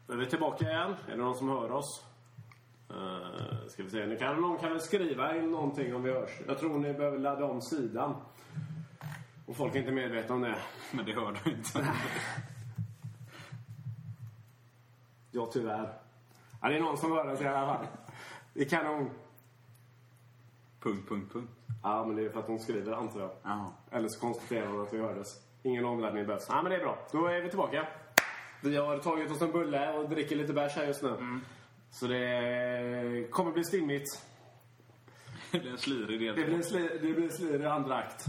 Är vi tillbaka igen? Är det någon som hör oss? Ska vi se. Någon kan väl skriva in någonting om vi hörs. Jag tror ni behöver ladda om sidan. Och folk är inte medvetna om det. Men det hör du inte. Ja, tyvärr. Ja, det är någon som hör oss i alla fall. Det kan hon... ... Ja, men det är för att hon skriver, antar jag. Jaha. Eller så konstaterar hon att vi hördes. Ingen omladdning behövs. Ja, men det är bra. Då är vi tillbaka. Vi har tagit oss en bulle och dricker lite bärs här just nu. Så det kommer bli stimmigt. Det blir en slirig del. Det blir en slirig andra akt.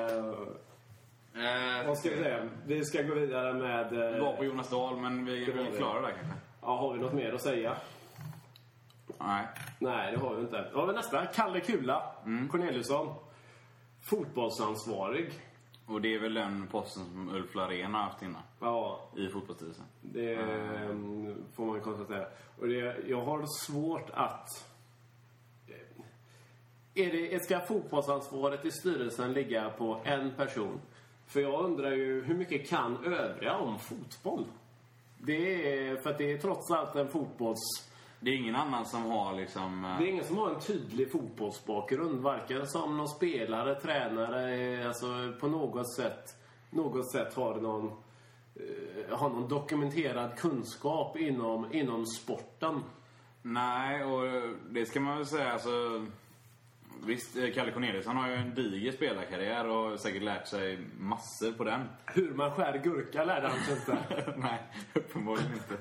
Vad ska vi säga? Vi ska gå vidare med... Vi var på Jonas Dahl, men vi är väl klara där kanske. Ja, har vi något mer att säga? Nej, det har vi inte. Då har vi nästa. Kalle Kula. Corneliusson. Fotbollsansvarig. Och det är väl den posten som Ulf Larén har haft innan. Ja. I fotbollsstyrelsen. Det får man konstatera. Och jag har svårt att... Ska fotbollsansvaret i styrelsen ligga på en person? För jag undrar ju, hur mycket kan övriga om fotboll? För att det är trots allt en fotbolls... Det är ingen annan som har liksom... Det är ingen som har en tydlig fotbollsbakgrund. Varken som någon spelare, tränare, alltså på något sätt har någon dokumenterad kunskap inom sporten. Nej, och det ska man väl säga, alltså... Visst, Kalle Corneliusson har ju en diger spelarkarriär och säkert lärt sig massor på den. Hur man skär gurka lärde han sig inte. Nej, uppenbarligen inte.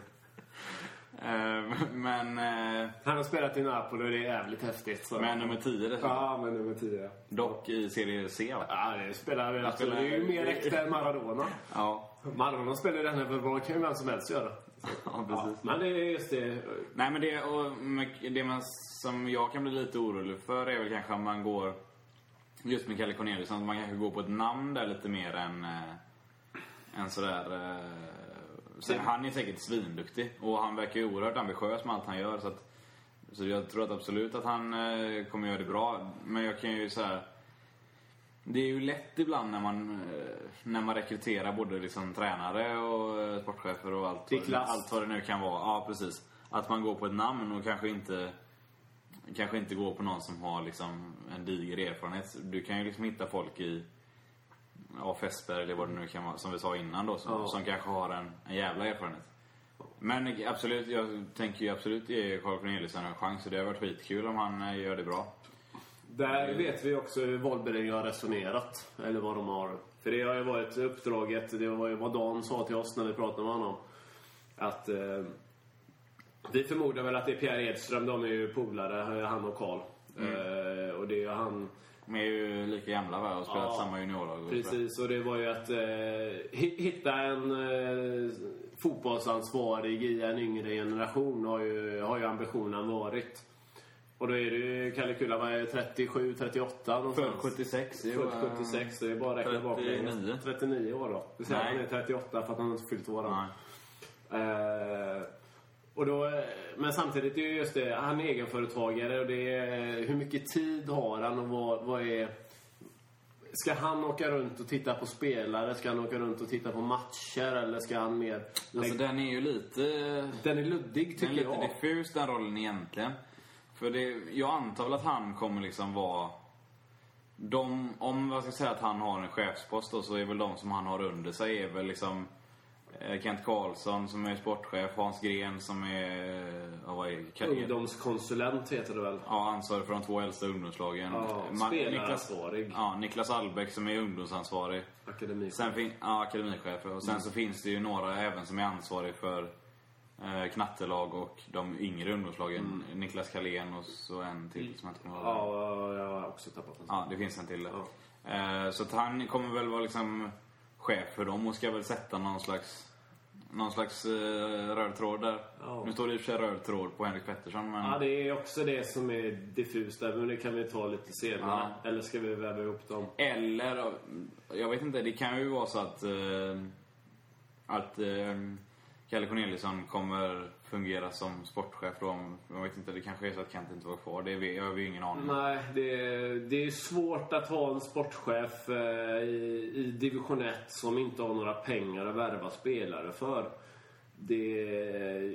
Men... Han har spelat i Napoli och det är jävligt häftigt. Så. Men nummer 10 dessutom. Ja, men nummer 10. Dock i Serie C, va? Ja, det spelar det är ju mer äkta än Maradona. Ja. Maradona spelar den här för bra, kan ju vem som helst göra. Ja, precis. Men det är just det. Nej, men det som jag kan bli lite orolig för är väl kanske om man går... Just med Kalle Corneliusson, man kanske går på ett namn där lite mer än sådär... Sen, han är säkert svinduktig och han verkar ju oerhört ambitiös med allt han gör, så jag tror att absolut att han kommer göra det bra. Men jag kan ju så här, det är ju lätt ibland när man rekryterar både liksom tränare och sportchefer och allt vad det nu kan vara. Ja, precis. Att man går på ett namn och kanske inte går på någon som har liksom en diger erfarenhet. Du kan ju liksom hitta folk i Fässberg eller vad det nu kan vara, som vi sa innan då, som kanske har en jävla erfarenhet. Men absolut, jag tänker ju absolut ge Carl Corneliusson en chans, och det har varit skitkul om han gör det bra. Där vet vi också hur valberedningen har resonerat, eller vad de har. För det har ju varit uppdraget, det var ju vad Dan sa till oss när vi pratade med honom, att vi förmodar väl att det är Pierre Edström, de är ju polare, han och Carl. Och det är han... De är ju lika gamla, va? Och spelat samma juniorlag. Precis, och det var ju att hitta en fotbollsansvarig i en yngre generation har ju ambitionen varit. Och då är det ju Kalle Kula, var 37, 38 någonstans. Född 76. Född 76, så det är bara att räkna bak. 39 år då. Det säger han är 38 för att han inte fyllt år. Och då, men samtidigt är ju just det, han är egenföretagare och det är, hur mycket tid har han och vad är... Ska han åka runt och titta på spelare? Ska han åka runt och titta på matcher? Eller ska han mer... Alltså den är ju lite... Den är luddig, tycker jag. Den är lite diffus, den rollen egentligen. För jag antar väl att han kommer liksom vara... Om jag ska säga att han har en chefspost då, så är väl de som han har under sig är väl liksom... Kent Karlsson som är sportchef, Hans Gren som är ungdomskonsulent heter det väl. Ja, ansvarig för de 2 äldsta ungdomslagen. Spelaransvarig. Niklas Albeck som är ungdomsansvarig. Akademichef. Akademichef. Och sen så finns det ju några även som är ansvarig för knattelag och de yngre ungdomslagen. Niklas Kalén och så en till som jag inte kommer ihåg. Ja, jag har också tappat den. Ja, det finns en till där. Så att han kommer väl vara liksom chef för dem och ska väl sätta någon slags röd tråd där. Nu står det i och för sig röd tråd på Henrik Pettersson, men... Ja, det är också det som är diffust där, men det kan vi ta lite senare. Eller ska vi väva ihop dem? Eller, jag vet inte, det kan ju vara så att Kalle Corneliusson kommer fungera som sportchef då. Jag vet inte, det kanske är så att Kent inte var kvar. Jag har ju ingen aning. Nej, det är svårt att ha en sportchef i division 1 som inte har några pengar att värva spelare för.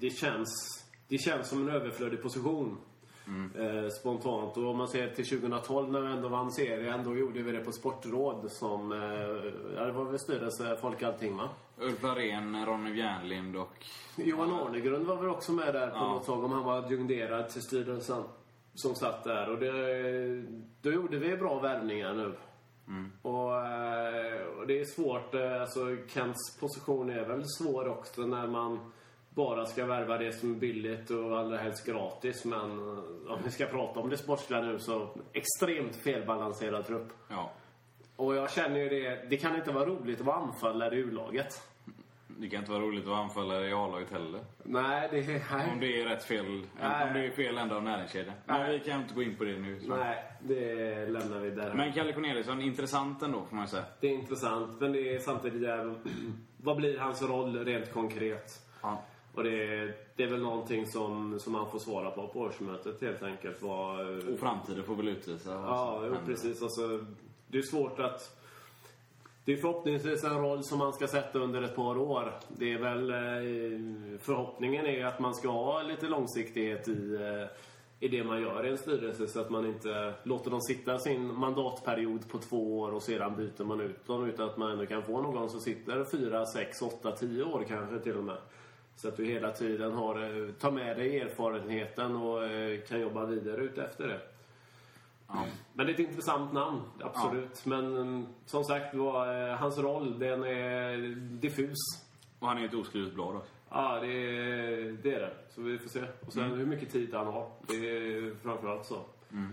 det känns som en överflödig position. Spontant. Och om man ser till 2012 när vi ändå vann serien, då gjorde vi det på sportråd som det var väl styrelse, folk allting, va? Ulf Arén, Ronny Bjärnlind och Johan Arnegrund var väl också med där på något tag, om han var adjungerad till styrelsen som satt där. Och då gjorde vi bra värvningar nu. Och det är svårt, alltså Kents position är väl svår också när man bara ska värva det som är billigt och allra helst gratis. Men om vi ska prata om det sportsliga nu, så extremt felbalanserad trupp. Ja. Och jag känner ju det kan inte vara roligt att vara anfallare i U-laget. Det kan inte vara roligt att vara anfallare i A-laget heller. Nej, om det är rätt fel. Om det är fel ända av näringskedjan. Men vi kan inte gå in på det nu. Så. Nej, det lämnar vi där. Men Kalle Corneliusson, intressant ändå får man säga. Det är intressant, men det är samtidigt vad blir hans roll rent konkret? Ja. Och det är väl någonting som man får svara på årsmötet helt enkelt. Och framtiden får väl utvisa. Ja, precis. Alltså, det är svårt att... Det är förhoppningsvis en roll som man ska sätta under ett par år. Det är väl... Förhoppningen är att man ska ha lite långsiktighet i det man gör i en styrelse, så att man inte låter dem sitta sin mandatperiod på 2 år och sedan byter man ut dem, utan att man ändå kan få någon som sitter 4, 6, 8, 10 år kanske till och med. Så att du hela tiden tar med dig erfarenheten och kan jobba vidare ut efter det. Ja. Men det är ett intressant namn, absolut. Ja. Men som sagt, hans roll, den är diffus. Och han är ett oskrivet blad också. Ja, det är det. Så vi får se. Och sen hur mycket tid han har. Det är framförallt så.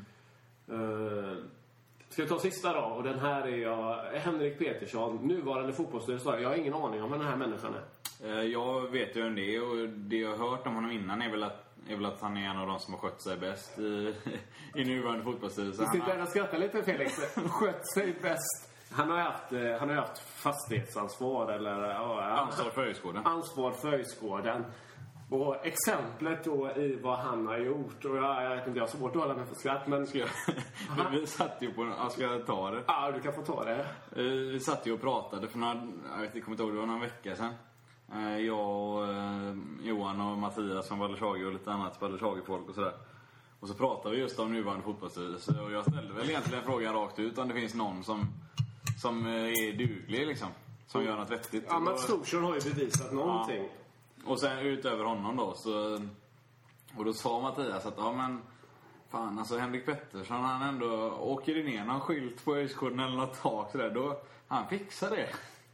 Ska vi ta sista då? Och den här är Henrik Petersson, nuvarande fotbollsstyrelse. Jag har ingen aning om vem den här människan är. Jag vet ju om det, och det jag har hört om honom innan är väl att han är en av de som har skött sig bäst i nuvarande fotbollsstyrelse. Du sitter där och skrattar lite, Felix. Skött sig bäst. Han har haft fastighetsansvar eller ansvar för Öjsgården. Ansvar för Öjsgården. Och exemplet då i vad han har gjort, och jag vet inte, jag har svårt att hålla mig för skratt, men vi satt ju på, jag ska ta det. Ja, du kan få ta det. Vi satt ju och pratade för jag kommer inte ihåg, det var någon vecka sedan. Jag och Johan och Mattias från Baldershagi och lite annat Baldershagi-folk och sådär. Och så pratade vi just om nuvarande fotbollsstyrelse, och jag ställde väl egentligen frågan rakt ut om det finns någon som är duglig liksom, som gör något vettigt. Ja, Mats Storsson har ju bevisat någonting. Ja. Och sen utöver honom då och då sa Mattias att men fan, alltså Henrik Pettersson, han ändå åker ner någon skylt på Öjsgården eller något tak sådär, då han fixar det.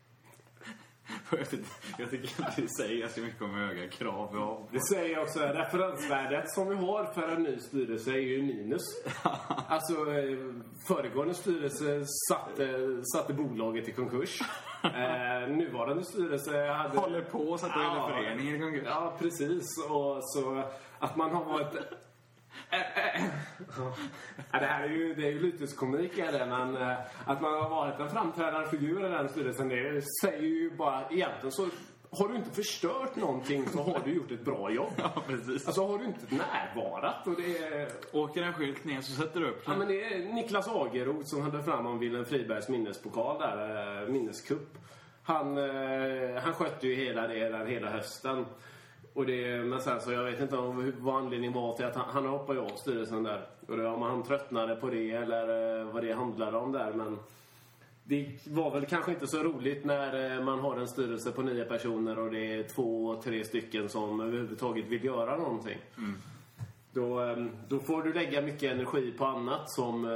Jag tycker att det säger ganska mycket om höga krav vi har. Det säger också referensvärdet som vi har för en ny styrelse är ju minus. Alltså föregående styrelse satte bolaget i konkurs. Nuvarande styrelse håller på att sätta hela föreningen i konkurs. Ja, precis. Och så att man har varit det här är ju lyteskomik, men att man har varit en framträdande figur i den styrelsen, det säger ju bara egentligen, så har du inte förstört någonting så har du gjort ett bra jobb. Ja, precis. Alltså har du inte närvarat och åker en skylt ner så sätter du upp. Ja, men det är Niklas Ageroth som hade fram om Wilhelm Fribergs minnespokal där, minneskupp. Han skötte ju hela hösten. Och men sen så jag vet inte vad anledningen var till att han hoppade av styrelsen där. Och om han tröttnade på det eller vad det handlade om där. Men det var väl kanske inte så roligt när man har en styrelse på 9 personer och det är 2-3 stycken som överhuvudtaget vill göra någonting. Då får du lägga mycket energi på annat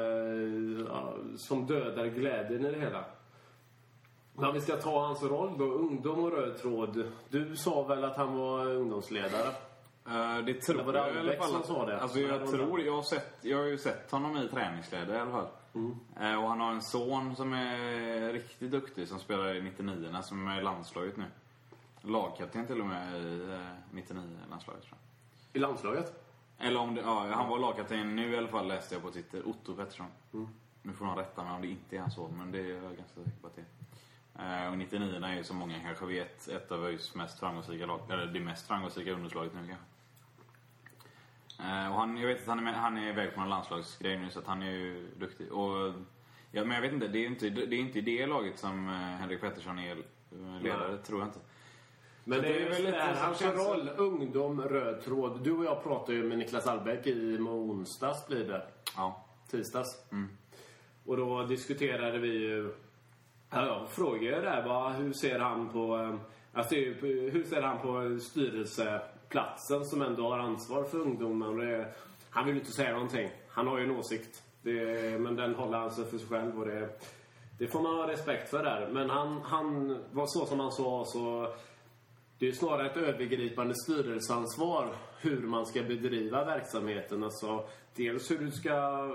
som dödar glädjen i det hela. Men vi ska ta hans roll då, ungdom och röd tråd. Du sa väl att han var ungdomsledare? Det tror var det jag i alla fall. Som sa det? Alltså jag har ju sett honom i träningskläder i alla fall. Och han har en son som är riktigt duktig som spelar i 99, som är i landslaget nu. Lagkapten till och med i 99 landslaget, tror jag. I landslaget? Eller om det, han var lagkapten nu i alla fall, läste jag på Twitter. Otto Pettersson. Nu får han rätta mig om det inte är hans son, men det är jag ganska säker på att det är. Och 99 är ju som många kanske vet ett av ÖIS mest framgångsrika lag, eller det mest framgångsrika ungdomslaget nu kanske. Och jag vet att han är iväg på en landslagsgrej nu, så att han är ju duktig. Och men jag vet inte, det är inte i det laget som Henrik Pettersson är ledare, tror jag inte. Men det är väl lite hans roll, ungdom, röd tråd. Du och jag pratade ju med Niklas Albeck i onsdags blir det. Ja. Tisdags. Och då diskuterade vi ju frågor där. Hur ser han på hur ser han på styrelseplatsen som ändå har ansvar för ungdomen? Han vill inte säga någonting. Han har ju en åsikt. Men den håller han sig för sig själv och det får man ha respekt för där. Men han var så som han sa så det är snarare ett övergripande styrelseansvar hur man ska bedriva verksamheten. Alltså, dels hur du ska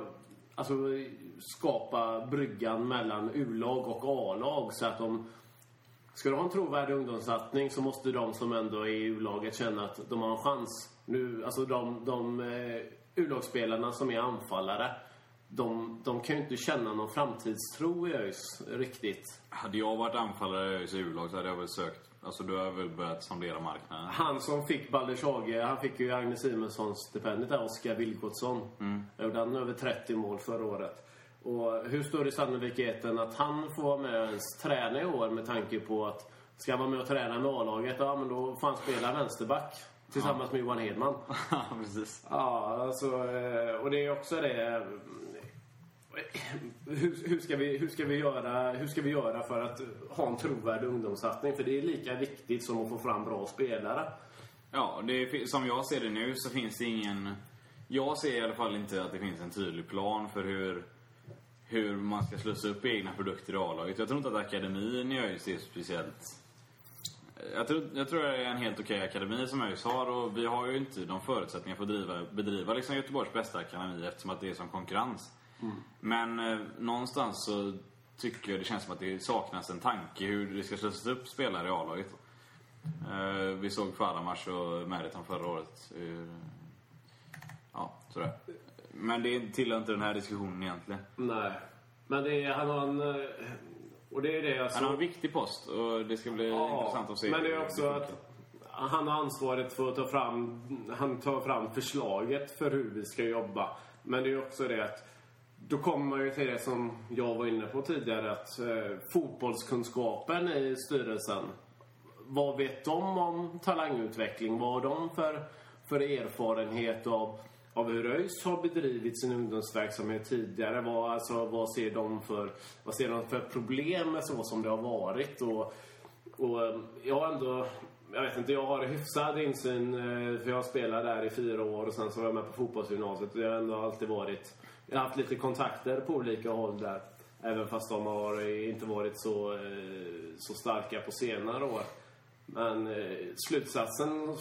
skapa bryggan mellan U-lag och A-lag så att ska du ha en trovärdig ungdomssatsning så måste de som ändå är i U-laget känna att de har en chans. Nu, alltså de U-lagsspelarna som är anfallare de kan ju inte känna någon framtidstro i ÖIS riktigt. Hade jag varit anfallare i ÖIS U-lag så hade jag väl sökt. Alltså du har väl börjat sondera marknaden. Han som fick Balders Hage, han fick ju Agnes Simonssons stipendiet där, Oskar Vilgotsson. Gjorde han över 30 mål förra året. Och hur stor är sannolikheten att han får vara med och ens träna i år med tanke på att ska han vara med och träna med A-laget, ja men då får han spela vänsterback tillsammans med Johan Hedman. Ja, precis. Ja, alltså, och det är också det. Hur ska vi göra för att ha en trovärdig ungdomssatsning? För det är lika viktigt som att få fram bra spelare. Ja, som jag ser det nu så finns det ingen... Jag ser i alla fall inte att det finns en tydlig plan för hur man ska slussa upp egna produkter i A-laget. Jag tror inte att akademin i ÖIS är speciellt... Jag tror det är en helt okej akademi som ÖIS har och vi har ju inte de förutsättningar för att bedriva liksom Göteborgs bästa akademi eftersom att det är som konkurrens. Men någonstans så tycker jag det känns som att det saknas en tanke hur det ska slussas upp spelare i A-laget. Vi såg Faramars och Meriton förra året. Ja, sådär. Men det tillhör inte den här diskussionen egentligen. Nej. Men han har en... Och det är det alltså... Han har en viktig post och det ska bli intressant att se. Men det är också att han har ansvaret för att ta fram förslaget för hur vi ska jobba. Men det är också det att då kommer man ju till det som jag var inne på tidigare att fotbollskunskapen i styrelsen, vad vet de om talangutveckling? Vad har de för erfarenhet av hur ÖIS har bedrivit sin ungdomsverksamhet tidigare? Vad ser de för problem med så som det har varit? Och jag vet inte, jag har hyfsad insyn för jag spelar där i 4 år och sen så var jag med på fotbollsgymnasiet och jag har ändå alltid jag har haft lite kontakter på olika håll där. Även fast de har inte varit så starka på senare år. Men slutsatsen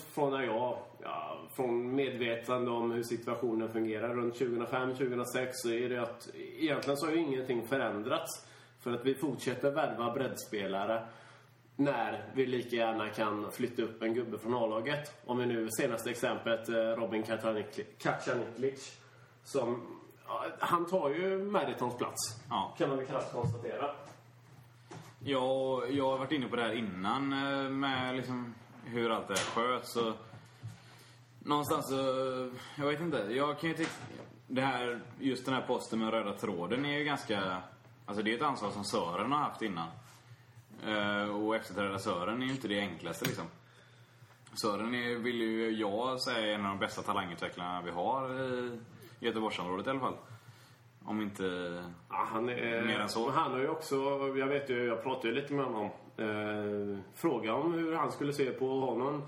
från medvetande om hur situationen fungerar runt 2005-2006 så är det att egentligen så har ju ingenting förändrats. För att vi fortsätter värva breddspelare när vi lika gärna kan flytta upp en gubbe från A-laget. Om vi nu senaste exemplet Robin Kacaniklic som han tar ju Meritons plats. Ja. Kan man väl krasst konstatera. Ja, jag har varit inne på det här innan med liksom hur allt det här sköts så någonstans så jag vet inte. Jag kan ju tycka just den här posten med röda tråden är ju ganska alltså det är ett ansvar som Sören har haft innan. Och efterträda Sören är ju inte det enklaste liksom. Sören vill ju jag säga en av de bästa talangutvecklarna vi har i Göteborgsområdet i alla fall. Om inte han är, mer än så. Han har ju också, jag pratade ju lite med honom. Fråga om hur han skulle se på honom.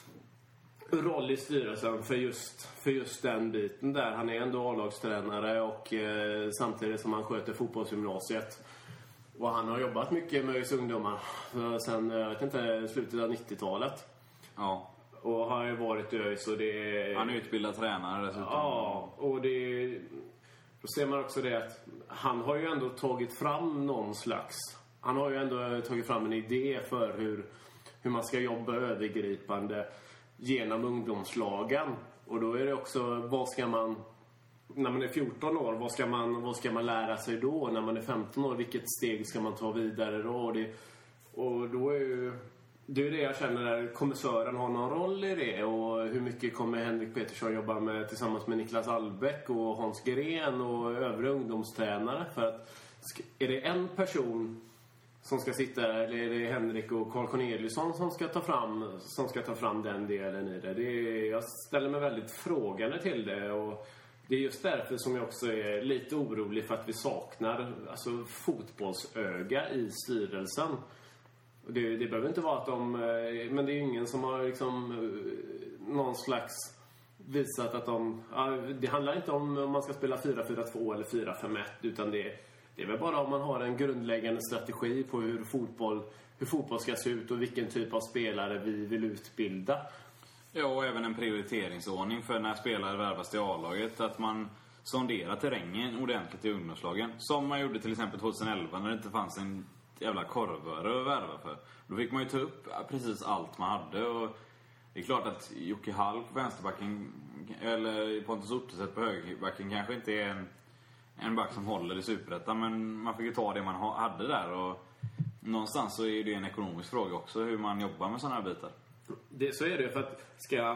Roll i styrelsen för just den biten där. Han är ändå A-lagstränare och samtidigt som han sköter fotbollsgymnasiet. Och han har jobbat mycket med ÖIS ungdomar sen, jag vet inte, slutet av 90-talet. Ja. Och har ju varit i ÖIS och det... Han är utbildad tränare dessutom. Ja, och det... Då ser man också det att han har ju ändå tagit fram någon slags... Han har ju ändå tagit fram en idé för hur man ska jobba övergripande genom ungdomslagen. Och då är det också, vad ska man... När man är 14 år, vad ska man lära sig då? När man är 15 år, vilket steg ska man ta vidare då? Och då är ju... Det är det jag känner där kommissören har någon roll i det. Och hur mycket kommer Henrik Petersson jobba med tillsammans med Niklas Albeck och Hans Gren och övriga ungdomstränare. För att är det en person som ska sitta där, eller är det Henrik och Carl Corneliusson som ska ta fram den delen i det? Jag ställer mig väldigt frågande till det, och det är just därför som jag också är lite orolig för att vi saknar fotbollsöga i styrelsen. Det behöver inte vara att men det är ju ingen som har någon slags visat att det handlar inte om man ska spela 4-4-2 eller 4-5-1, utan det är väl bara om man har en grundläggande strategi på hur fotboll ska se ut och vilken typ av spelare vi vill utbilda. Ja, och även en prioriteringsordning för när spelare värvas till A-laget. Att man sonderar terrängen ordentligt i ungdomslagen. Som man gjorde till exempel 2011 när det inte fanns en jävla korvöre att värva för. Då fick man ju ta upp precis allt man hade. Och det är klart att Jocke Hall på vänsterbacken eller Pontus Orteset på högerbacken kanske inte är en back som håller i Superettan. Men man fick ju ta det man hade där. Och någonstans så är det en ekonomisk fråga också hur man jobbar med sådana här bitar. Så är det, för att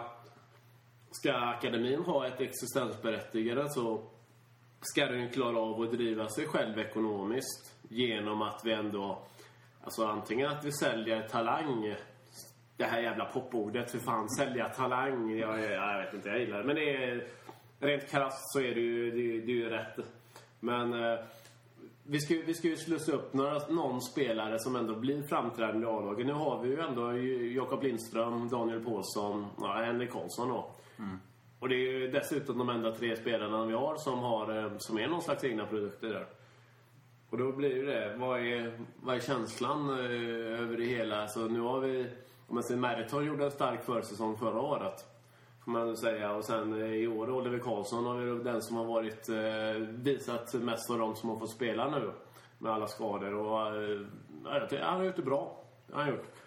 ska akademin ha ett existensberättigande så ska den klara av att driva sig själv ekonomiskt genom att vi ändå, antingen att vi säljer talang, det här jävla popordet, för fan, sälja talang, jag vet inte, jag gillar det, men det är rent krasst så är det ju rätt. Men vi ska ju slussa upp någon spelare som ändå blir framträdande i A-laget. Nu har vi ju ändå Jakob Lindström, Daniel Paulsson, Henrik Karlsson då. Och det är ju dessutom de enda 3 spelarna vi har som är någon slags egna produkter där. Och då blir ju det, vad är känslan över det hela? Så nu har vi, om man säger, Meritor gjorde en stark försäsong förra året, får man säga. Och sen i år Oliver Karlsson har ju den som har varit visat mest av dem som har fått spela nu med alla skador. Och han har gjort det bra. Han har gjort.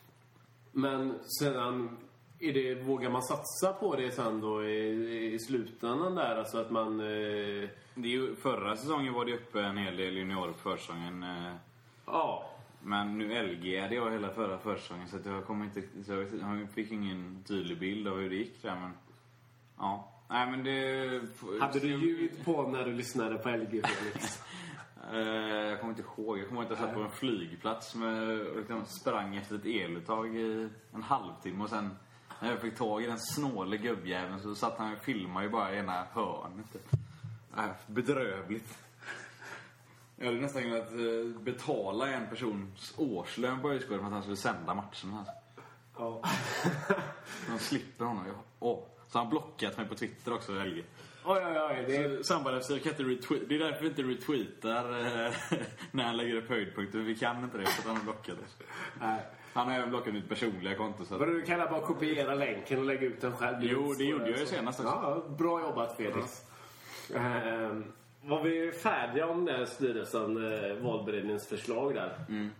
Men sedan vågar man satsa på det sen då i slutändan där, alltså att man det är ju, förra säsongen var det uppe en hel del juniorer på försäsongen. Ja. Men nu LG är det jag hela förra försäsongen, så att jag fick ingen tydlig bild av hur det gick där, men ja. Nej, men det hade du ljud på när du lyssnade på LG, Felix? Jag kommer inte ihåg. Jag kommer inte att jag satt på en flygplats och sprang efter ett eluttag i en halvtimme, och sen när jag fick tag i den snåle gubbjäveln så satt han och filmade ju bara i ena hörnet. Bedrövligt. Jag hade nästan kunnat betala en persons årslön på Öjsgården för att han skulle sända matchen. Alltså. Ja. Man slipper honom. Så han blockat mig på Twitter också, LG. Oj. Samband efter kan inte retweet. Det är därför vi inte retweetar när han lägger upp höjdpunkter. Vi kan inte det för att han har blockat oss. Nej. Han har även blockat mitt personliga konto. Så att... Du kan bara kopiera länken och lägga ut den själv. Jo, det gjorde jag ju senast också. Ja, bra jobbat, Felix. Var vi färdiga om den styrelsen, valberedningens förslag där?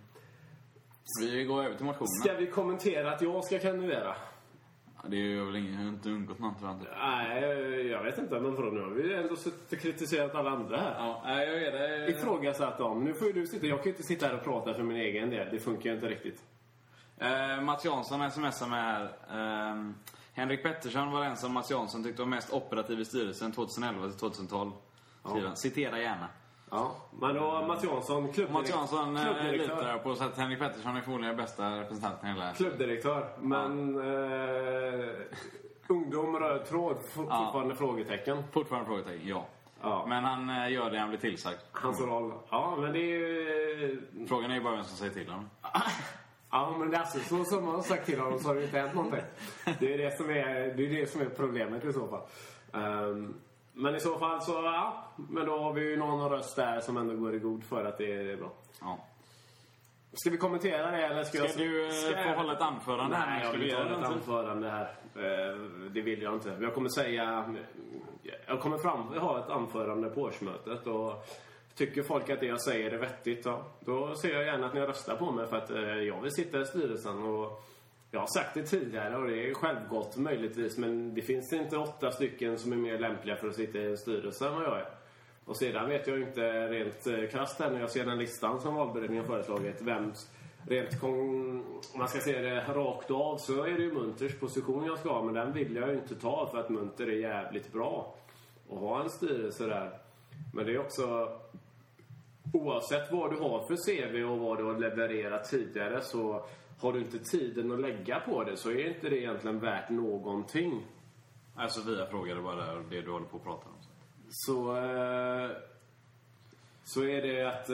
Vi går över till motionerna. Ska vi kommentera att jag ska kandidera? Ja, det är ju väl inte undgått någon, tror jag inte. Nej, jag vet inte. Men nu har vi ändå kritiserat alla andra här. Ja, jag vet det. Ifrågasatt dem. Nu får ju du sitta. Jag kan ju inte sitta här och prata för min egen del. Det funkar ju inte riktigt. Mats Jansson smsar med här. Henrik Pettersson var den som Mats Jansson tyckte var mest operativ i styrelsen 2011 till 2012. Ja. Citera gärna. Ja, men då Mats Jansson, klubbdirektör. Litar på så att Henrik Pettersson är förmodligen bästa representanten i hela. Klubbdirektör, men ungdom, röd tråd, fortfarande frågetecken. Fortfarande frågetecken, ja. Men han gör det han blir tillsagd. Hans roll, ja, men det är ju... Frågan är ju bara vem som säger till honom. Ja, men det är alltså så som man har sagt till honom så har det inte hänt någonting. Det är det som är problemet i så fall. Men i så fall så, ja. Men då har vi ju någon röst där som ändå går i god för att det är bra. Ja. Ska vi kommentera det eller ska du få hålla ett anförande här? Nej, jag vill hålla ett anförande här. Det vill jag inte. Jag kommer säga... Jag ha ett anförande på årsmötet och... Tycker folk att det jag säger är vettigt, då ser jag gärna att ni röstar på mig för att jag vill sitta i styrelsen. Och jag har sagt det tidigare och det är självgott möjligtvis, men det finns inte 8 stycken som är mer lämpliga för att sitta i styrelsen än vad jag är. Och sedan vet jag inte rent krasst när jag ser den listan som valberedningen föreslagit om man ska se det rakt av så är det ju Munters position jag ska ha, men den vill jag ju inte ta för att Munter är jävligt bra och ha en styrelse där. Men det är också oavsett vad du har för CV och vad du har levererat tidigare, så har du inte tiden att lägga på det, så är inte det egentligen värt någonting. Alltså Sofia frågade bara det du håller på att prata om. Så är det att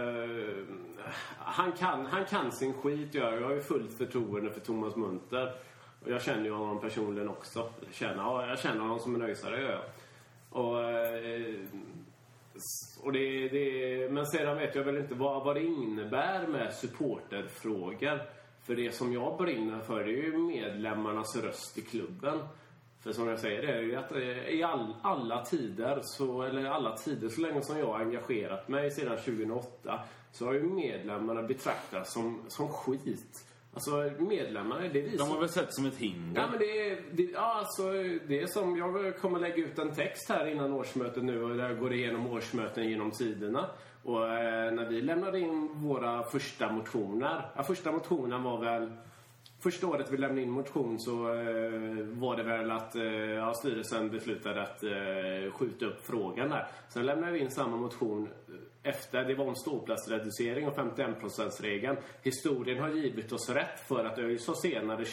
han kan sin skit. Jag har ju fullt förtroende för Thomas Munther. Och jag känner ju honom personligen också. Jag känner honom som en öjsare. Men sedan vet jag väl inte vad det innebär med supporterfrågor. För det som jag brinner för, det är ju medlemmarnas röst i klubben. För som jag säger, det är ju att i alla tider så länge som jag har engagerat mig sedan 2008, så har ju medlemmarna betraktats som skit. Alltså medlemmarna, det är vi De har väl sett som ett hinder? Ja, men det är som, jag kommer lägga ut en text här innan årsmötet nu, och där går igenom årsmöten genom tiderna. Och när vi lämnade in våra första motioner, första motionen var väl, första året vi lämnade in motion, så var det väl att styrelsen beslutade att skjuta upp frågan där. Sen lämnade vi in samma motion efter. Det var en ståplatsreducering och 51%-regeln. Historien har givit oss rätt för att ÖIS har senare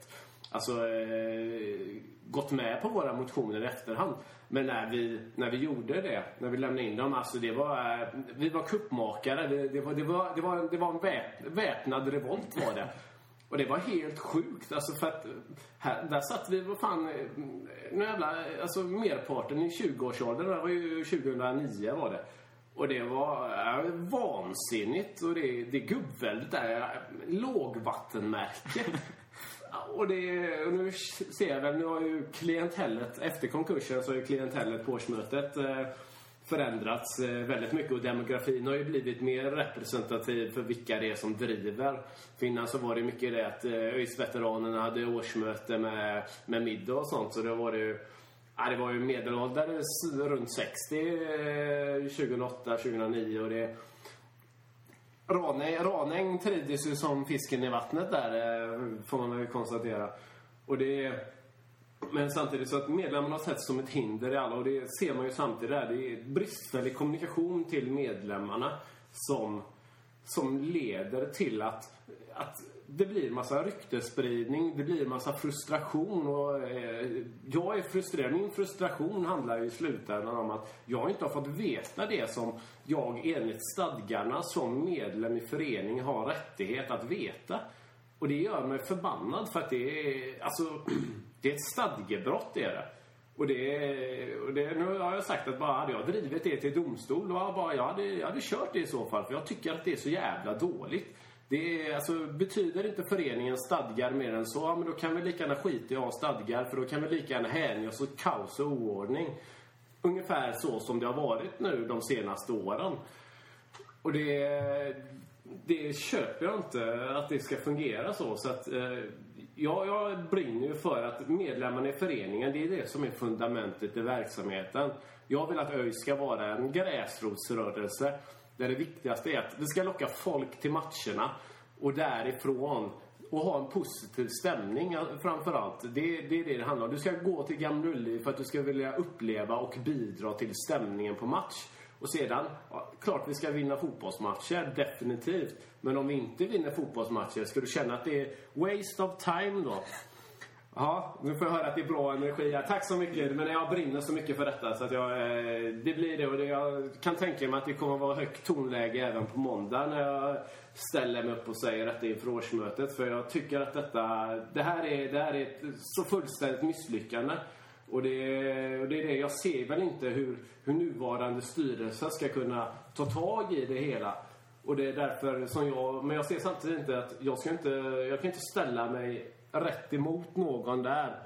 gått med på våra motioner i efterhand. Men när vi gjorde det, när vi lämnade in dem, alltså vi var kuppmakare. Det var en väpnad revolt var det. Och det var helt sjukt, alltså, för att där satt vi, vad fan, merparten i 20-årsåldern, det var ju 2009 var det. Och det var vansinnigt, och det är gubbväldigt där, lågvattenmärke. Och nu ser jag väl, nu har ju klientellet, efter konkursen så har ju klientellet på årsmötet förändrats väldigt mycket, och demografin har ju blivit mer representativ för vilka det är som driver. För innan så var det mycket det att ÖIS-veteranerna hade årsmöte med middag och sånt, så det var ju medelålder runt 60 2008, 2009, och det Ranäng trivdes ju som fisken i vattnet där, får man väl konstatera. Men samtidigt så att medlemmarna har sett som ett hinder i alla, och det ser man ju samtidigt där. Det är bristfällig kommunikation till medlemmarna som leder till att det blir massa ryktesspridning, det blir massa frustration, och jag är frustrerad. Min frustration handlar ju i slutändan om att jag inte har fått veta det som jag enligt stadgarna som medlem i föreningen har rättighet att veta. Och det gör mig förbannad, för att det är ett stadgebrott, det är det. Och nu har jag sagt att bara hade jag drivit det till domstol, jag hade kört det i så fall, för jag tycker att det är så jävla dåligt. Betyder inte föreningen stadgar mer än så, men då kan vi lika gärna skita i att ha stadgar, för då kan vi lika gärna hänga oss åt kaos och oordning. Ungefär så som det har varit nu de senaste åren. Och det köper jag inte, att det ska fungera så. Så att jag brinner ju för att medlemmarna i föreningen, det är det som är fundamentet i verksamheten. Jag vill att ÖIS ska vara en gräsrotsrörelse där det viktigaste är att det ska locka folk till matcherna, och därifrån och ha en positiv stämning framförallt. Det är det handlar om. Du ska gå till Gamla Ullevi för att du ska vilja uppleva och bidra till stämningen på match. Och sedan, klart vi ska vinna fotbollsmatcher, definitivt. Men om vi inte vinner fotbollsmatcher, ska du känna att det är waste of time då? Ja, nu får jag höra att det är bra energi här. Tack så mycket, men jag brinner så mycket för detta, så att det blir det. Och jag kan tänka mig att det kommer att vara högt tonläge även på måndag när jag ställer mig upp och säger detta inför årsmötet. För jag tycker att det här är ett så fullständigt misslyckande. Och det är det. Jag ser väl inte hur nuvarande styrelse ska kunna ta tag i det hela. Och det är därför som men jag ser samtidigt inte att jag kan inte ställa mig rätt emot någon där.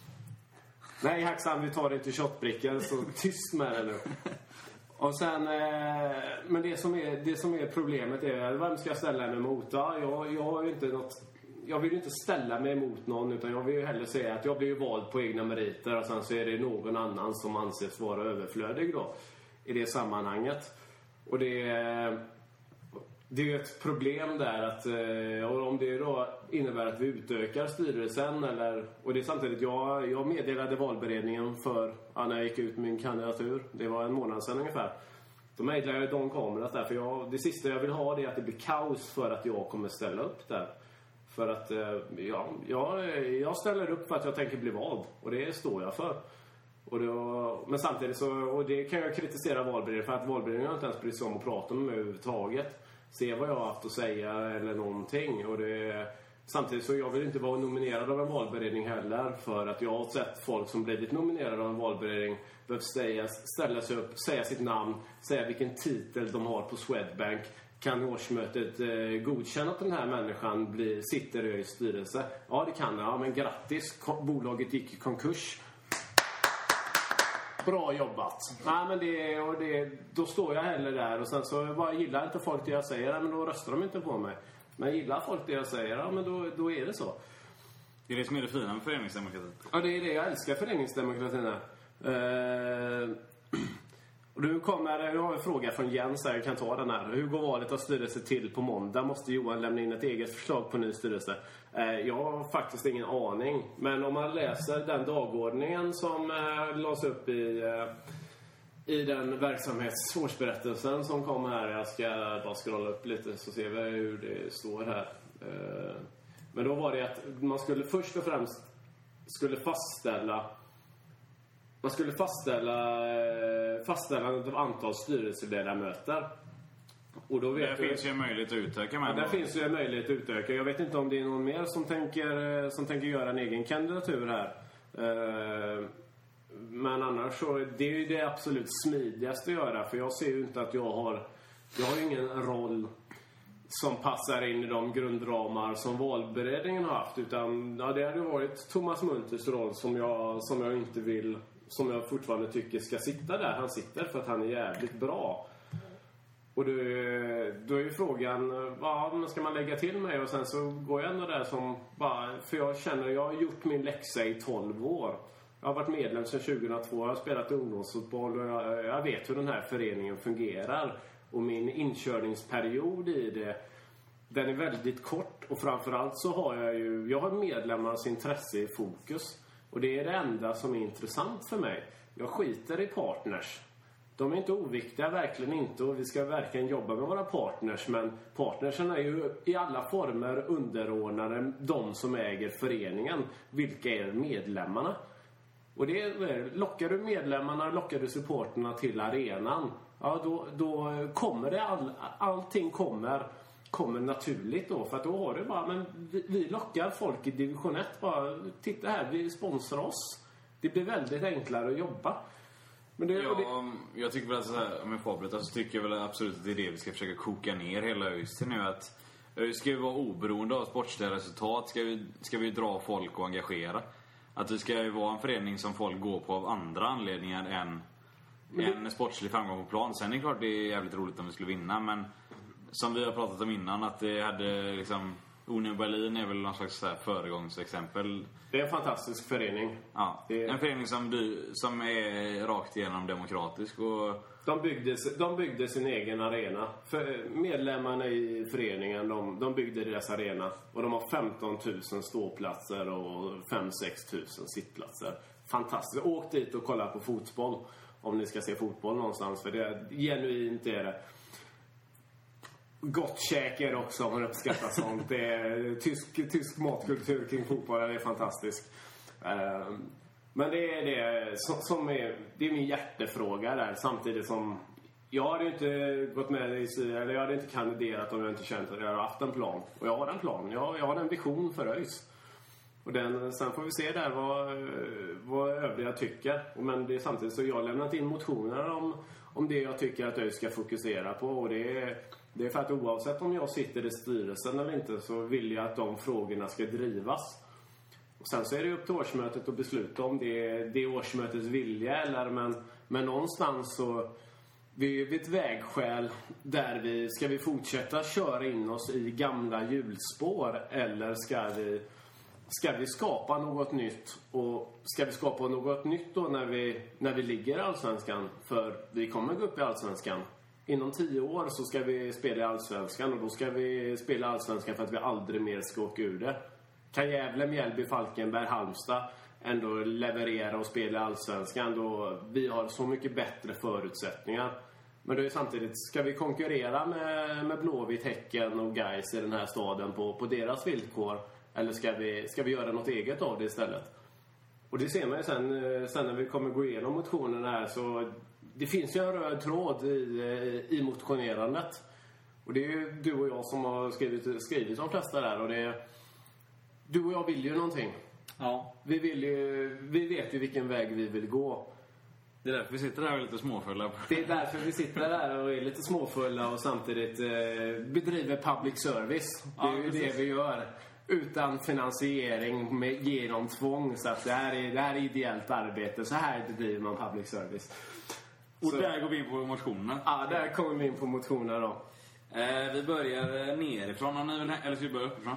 Nej, Haxan, vi tar det till shotbrickan, så tyst med det nu. Och sen, men det som är problemet är, vem ska jag ställa mig emot? Ja, jag har ju inte något. Jag vill ju inte ställa mig emot någon, utan jag vill ju hellre säga att jag blir ju vald på egna meriter, och sen så är det någon annan som anses vara överflödig då i det sammanhanget. Och det är ju ett problem där att om det då innebär att vi utökar styrelsen, och det är samtidigt jag meddelade valberedningen när jag gick ut min kandidatur. Det var en månad sedan ungefär. Då mejlar jag Don Kameras där, för det sista jag vill ha det är att det blir kaos för att jag kommer ställa upp där. För att jag ställer upp för att jag tänker bli vald. Och det står jag för. Men samtidigt och det kan jag kritisera valberedningen för, att valberedningen har inte ens brytt sig om att prata med mig överhuvudtaget. Se vad jag har haft att säga eller någonting. Samtidigt så jag vill inte vara nominerad av en valberedning heller, för att jag har sett folk som blivit nominerade av en valberedning behöver ställa sig upp, säga sitt namn, säga vilken titel de har på Swedbank. Kan årsmötet godkänna att den här människan sitter i styrelse? Ja, det kan jag. Men grattis, bolaget gick i konkurs. Bra jobbat. Nej, men då står jag heller där. Och sen så bara gillar inte folk det jag säger, men då röstar de inte på mig. Men gillar folk det jag säger, ja, men då är det så. Det är det som är det fina med föreningsdemokratin. Ja, det är det. Jag älskar föreningsdemokratin. Och nu har jag en fråga från Jens här, jag kan ta den här. Hur går valet av styrelse till på måndag? Måste Johan lämna in ett eget förslag på ny styrelse? Jag har faktiskt ingen aning. Men om man läser den dagordningen som lades upp i den verksamhetsårsberättelsen som kom här. Jag ska bara scrolla upp lite så ser vi hur det står här. Men då var det att man skulle först och främst fastställa ett antal styrelseledamöter. Och då vet finns ju en möjlighet att utöka med. Där finns ju en möjlighet att utöka. Jag vet inte om det är någon mer som tänker göra en egen kandidatur här. Men annars så det är ju det absolut smidigaste att göra, för jag ser ju inte att jag har ingen roll som passar in i de grundramar som valberedningen har haft, utan det hade varit Thomas Munters roll som jag inte vill, som jag fortfarande tycker ska sitta där han sitter, för att han är jävligt bra. Och då är ju frågan, vad ska man lägga till mig? Och sen så går jag ändå där som bara, för jag känner jag har gjort min läxa i 12 år. Jag har varit medlem sedan 2002, jag har spelat ungdomsfotboll och jag vet hur den här föreningen fungerar. Och min inkörningsperiod i det, den är väldigt kort. Och framförallt så har jag har medlemmarnas intresse i fokus. Och det är det enda som är intressant för mig. Jag skiter i partners. De är inte oviktiga, verkligen inte. Och vi ska verkligen jobba med våra partners. Men partnersen är ju i alla former underordnade de som äger föreningen. Vilka är medlemmarna? Och lockar du medlemmarna, lockar du supporterna till arenan. Ja, då kommer det allting kommer naturligt då. För att då har du bara, men vi lockar folk i division 1. Bara, titta här, vi sponsrar oss. Det blir väldigt enklare att jobba. Men jag tycker väl att så här, om jag får avbryta, så tycker jag väl absolut att det är det vi ska försöka koka ner hela ÖIS till nu. Att ÖIS ska ju vara oberoende av sportsliga resultat. Ska vi dra folk och engagera. Att det ska ju vara en förening som folk går på av andra anledningar än en sportslig framgång på plan. Sen är det klart det är jävligt roligt om vi skulle vinna, men som vi har pratat om innan, att det hade liksom Union Berlin är väl någon slags så här föregångsexempel. Det är en fantastisk förening. Ja, en förening som är rakt igenom demokratisk. Och de byggde sin egen arena. För medlemmarna i föreningen, de byggde deras arena. Och de har 15 000 ståplatser och 5-6 000 sittplatser. Fantastiskt. Åk dit och kolla på fotboll. Om ni ska se fotboll någonstans. För det är genuint är det. Gott käk är det också om man uppskattar sånt. Det är tysk matkultur kring fotboll. Det är fantastiskt. Men det är det som är min hjärtefråga där. Samtidigt som jag hade inte gått med i eller jag hade inte kandiderat om jag inte känt att jag hade haft en plan. Och jag har en plan. Jag har en vision för ÖIS. Och sen får vi se där vad övriga tycker. Men det är samtidigt så jag har lämnat in motioner om det jag tycker att ÖIS ska fokusera på. Och det är för att oavsett om jag sitter i styrelsen eller inte, så vill jag att de frågorna ska drivas. Och sen så är det upp till årsmötet att besluta om det är årsmötets vilja eller, men någonstans så vi är ett vägskäl där ska vi fortsätta köra in oss i gamla hjulspår, eller ska vi skapa något nytt? Och ska vi skapa något nytt då när vi ligger i Allsvenskan? För vi kommer gå upp i Allsvenskan. Inom 10 år så ska vi spela i Allsvenskan, och då ska vi spela Allsvenskan för att vi aldrig mer ska åka ur det. Kan Gävle, Mjällby, Falkenberg, Halmstad ändå leverera och spela i Allsvenskan, då vi har så mycket bättre förutsättningar Men då är samtidigt, ska vi konkurrera med Blåvitt, Häcken och Gais i den här staden på deras villkor? Eller ska vi göra något eget av det istället? Och det ser man ju sen när vi kommer gå igenom motionerna här, så det finns ju en röd tråd i motionerandet. Och det är ju du och jag som har skrivit de flesta där. Och du och jag vill ju någonting. Ja. Vi vet ju vilken väg vi vill gå. Det är därför vi sitter där och är lite småfulla. Det är därför vi sitter där och är lite småfulla och samtidigt bedriver public service. Det är ju det vi gör. Utan finansiering, genom tvång. Så att det här är ideellt arbete. Så här bedriver man public service. Och så, där går vi in på motionerna. Ja, där kommer vi in på motionerna då. Vi börjar nerifrån, eller ska vi börja uppifrån?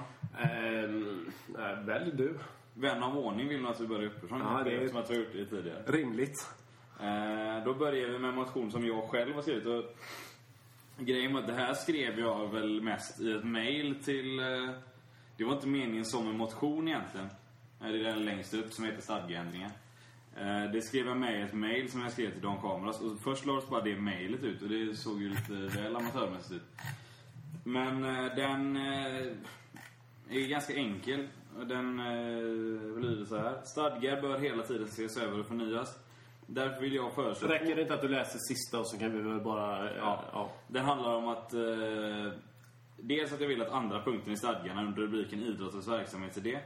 Välj du. Vän av ordning vill nog att vi börjar uppifrån. Ja, det är som att vi har gjort det tidigare. Rimligt. Då börjar vi med en motion som jag själv har skrivit. Och grejen var att det här skrev jag väl mest i ett mejl till... Det var inte meningen som en motion egentligen. Det är den längst upp som heter stadgeändringar. Det skrev jag med i ett mejl som jag skrev till Don Kameras. Och först lades bara det mejlet ut. Och det såg ju lite väl amatörmässigt ut. Men den är ganska enkel. Den lyder så här. Stadgar bör hela tiden ses över och förnyas. Därför vill jag föreslå... Räcker det inte att du läser sista och så kan vi väl bara... Ja. Det handlar om att... dels att jag vill att andra punkten i stadgarna under rubriken idrottens verksamhetsidé.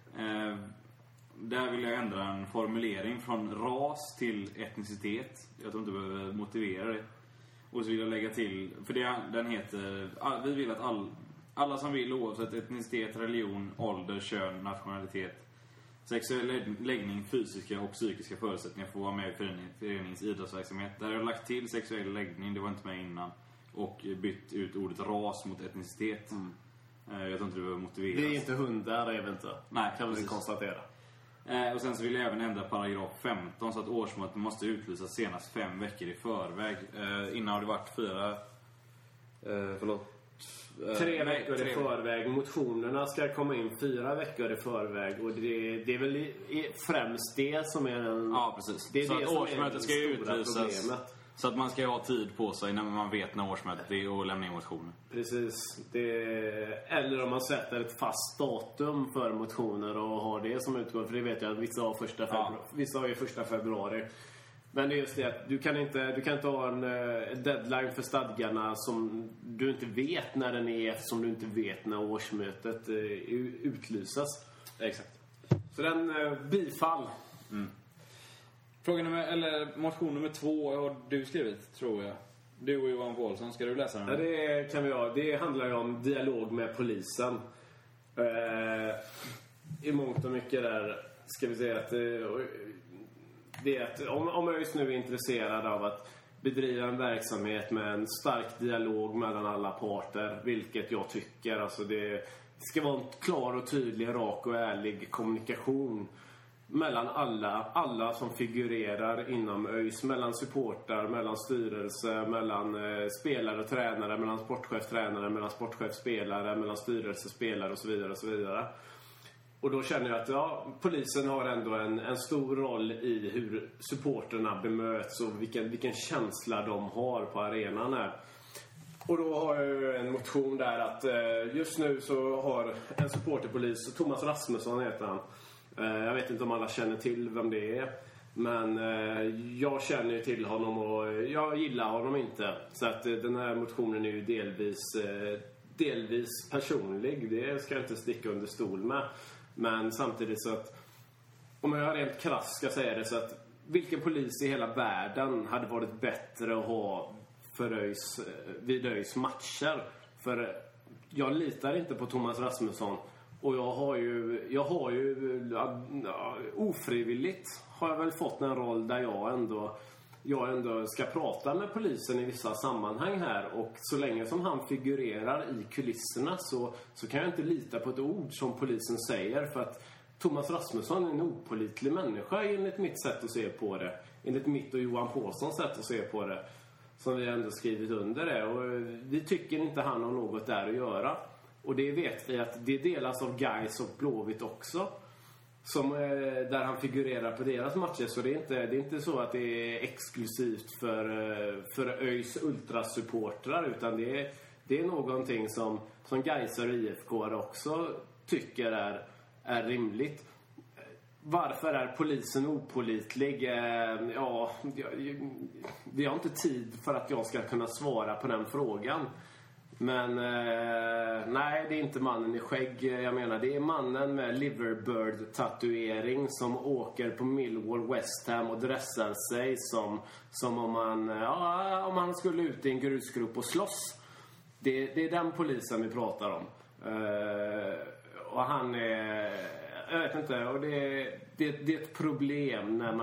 Där vill jag ändra en formulering från ras till etnicitet. Jag tror inte jag behöver motivera det. Och så vill jag lägga till... För den heter... Vi vill att alla som vill, oavsett etnicitet, religion, ålder, kön, nationalitet, sexuell läggning, fysiska och psykiska förutsättningar får vara med i föreningens idrottsverksamhet. Där har jag lagt till sexuell läggning, det var inte med innan. Och bytt ut ordet ras mot etnicitet. Jag tror inte det behöver motiveras. Det är inte hundar, är vi inte. Nej, kan vi konstatera. Och sen så vill jag även ändra paragraf 15 så att årsmötet måste utlysas senast 5 veckor i förväg. Innan har det varit 3 veckor i förväg. Motionerna ska komma in 4 veckor i förväg. Och det är väl främst det som är den... Ja, precis. Det är så det att som årsmötet ska utlysas. Problemet. Så att man ska ha tid på sig när man vet när årsmötet är och lämna in motioner. Precis. Eller om man sätter ett fast datum för motioner och har det som utgång. För det vet jag att vissa har ju 1 februari. Men det är just det att du kan inte ha en deadline för stadgarna som du inte vet när den är, eftersom du inte vet när årsmötet utlysas. Exakt. Så den bifall. Motion nummer 2 har du skrivit, tror jag. Du och Johan Paulsson, ska du läsa den? Ja, det kan vi ha. Det handlar ju om dialog med polisen. I mångt och mycket där ska vi säga att det är att om jag just nu är intresserad av att bedriva en verksamhet med en stark dialog mellan alla parter, vilket jag tycker, alltså det ska vara en klar och tydlig, rak och ärlig kommunikation mellan alla som figurerar inom ÖIS, mellan supportar, mellan styrelse, mellan spelare och tränare, mellan sportchef-tränare, mellan sportchef-spelare, mellan styrelse-spelare och så vidare och så vidare. Och då känner jag att polisen har ändå en stor roll i hur supporterna bemöts och vilken känsla de har på arenan här. Och då har jag en motion där att just nu så har en supporterpolis, Thomas Rasmusson heter han. Jag vet inte om alla känner till vem det är. Men jag känner ju till honom och jag gillar honom inte. Så att den här motionen är ju delvis personlig. Det ska jag inte sticka under stol med. Men samtidigt så att, om jag rent krasst ska säga det, så att vilken polis i hela världen hade varit bättre att ha vid ÖIS matcher? För jag litar inte på Thomas Rasmusson. Och jag har ju ofrivilligt har jag väl fått en roll där jag ändå ska prata med polisen i vissa sammanhang här. Och så länge som han figurerar i kulisserna så kan jag inte lita på ett ord som polisen säger. För att Thomas Rasmusson är en opålitlig människa enligt mitt sätt att se på det. Enligt mitt och Johan Paulssons sätt att se på det. Som vi ändå skrivit under det. Och vi tycker inte han har något där att göra. Och det vet vi att det delas av Gais och Blåvitt också. där han figurerar på deras matcher. Så det är inte så att det är exklusivt för ÖIS ultrasupportrar, utan det är någonting som Gaiser och IFK också tycker är rimligt. Varför är polisen opålitlig? Ja, vi har inte tid för att jag ska kunna svara på den frågan. Men nej, det är inte mannen i skägg. Jag menar, det är mannen med Liverbird-tatuering som åker på Millwall, West Ham och dressar sig som om han skulle ut i en grusgrop och slåss. Det är den polisen vi pratar om. Och han är... Jag vet inte, och det är ett problem när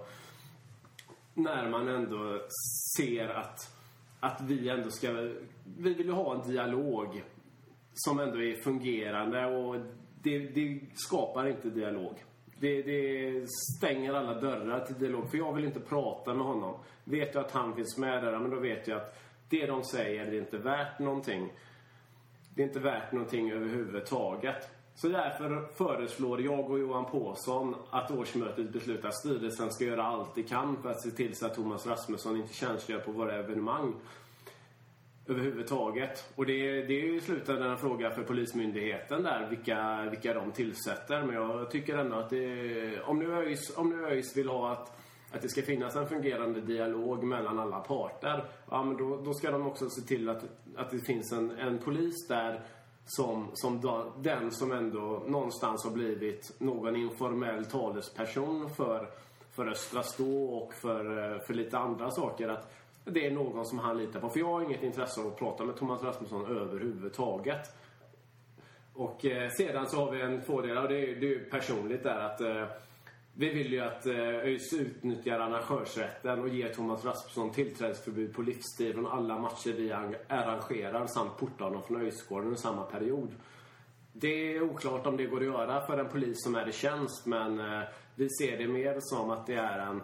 man ändå ser att vi ändå vi vill ha en dialog som ändå är fungerande, och det skapar inte dialog. Det stänger alla dörrar till dialog, för jag vill inte prata med honom. Vet jag att han finns med där, men då vet jag att det de säger, det är inte värt någonting. Det är inte värt någonting överhuvudtaget. Så därför föreslår jag och Johan Påsson att årsmötet beslutar att styrelsen ska göra allt de kan för att se till så att Thomas Rasmusson inte tjänstgör på våra evenemang överhuvudtaget. Och det är ju i slutändan en fråga för polismyndigheten där, vilka de tillsätter. Men jag tycker ändå att om nu ÖIS vill ha att det ska finnas en fungerande dialog mellan alla parter, ja, men då ska de också se till att det finns en polis där som den som ändå någonstans har blivit någon informell talesperson för Östra Stå och för lite andra saker, att det är någon som han litar på. För jag har inget intresse av att prata med Thomas Rasmusson överhuvudtaget. Och sedan så har vi en fördel, och det är ju personligt där, att vi vill ju att ÖIS utnyttjar arrangörsrätten och ger Thomas Rasmusson tillträdesförbud på livstid från alla matcher vi arrangerar, samt portar honom från ÖIS-gården i samma period. Det är oklart om det går att göra för en polis som är i tjänst, men vi ser det mer som att det är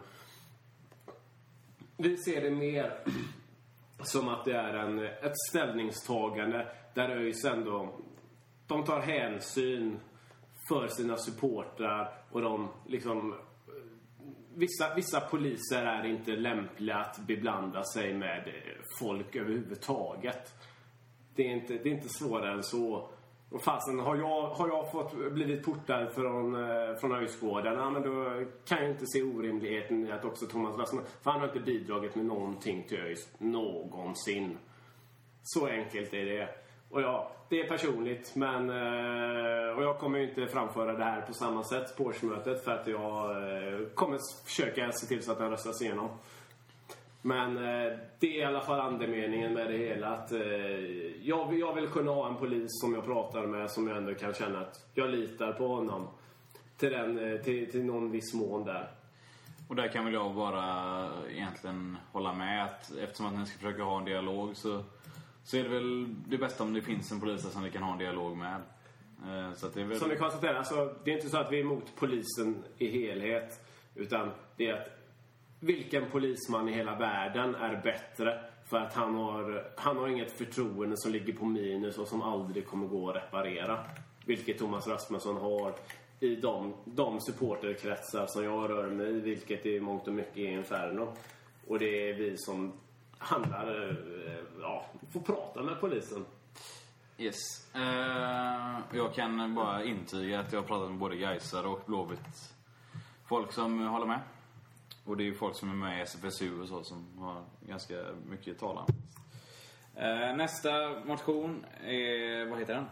ett ställningstagande där ÖIS ändå, de tar hänsyn för sina supportrar, och de liksom, vissa poliser är inte lämpliga att beblanda sig med folk överhuvudtaget. Det är inte svårare än så. Och fasen, har jag blivit portad från ÖIS-gården, ja, men då kan jag inte se orimligheten i att också Thomas Rasmusson, för han har inte bidragit med någonting till ÖIS någonsin. Så enkelt är det. Och ja, det är personligt, men och jag kommer ju inte framföra det här på samma sätt på årsmötet, för att jag kommer försöka se till så att den röstas igenom. Men det är i alla fall andemeningen med det hela, att jag vill kunna ha en polis som jag pratar med, som jag ändå kan känna att jag litar på honom till någon viss mån där. Och där kan väl jag bara egentligen hålla med, att eftersom att ni ska försöka ha en dialog, så är det väl det bästa om det finns en polis som ni kan ha en dialog med. Så att det är väl... Som ni konstaterar, alltså, det är inte så att vi är emot polisen i helhet, utan det är att vilken polisman i hela världen är bättre, för att han har inget förtroende som ligger på minus och som aldrig kommer gå att reparera. Vilket Thomas Rasmusson har i de supporterkretsar som jag rör mig i, vilket är mångt och mycket i Inferno. Och det är vi som får prata med polisen. Yes. Jag kan bara intyga att jag har pratat med både Gaisar och Blåvitt folk som håller med. Och det är ju folk som är med i SFSU och så, som har ganska mycket talan. Nästa motion är, vad heter den?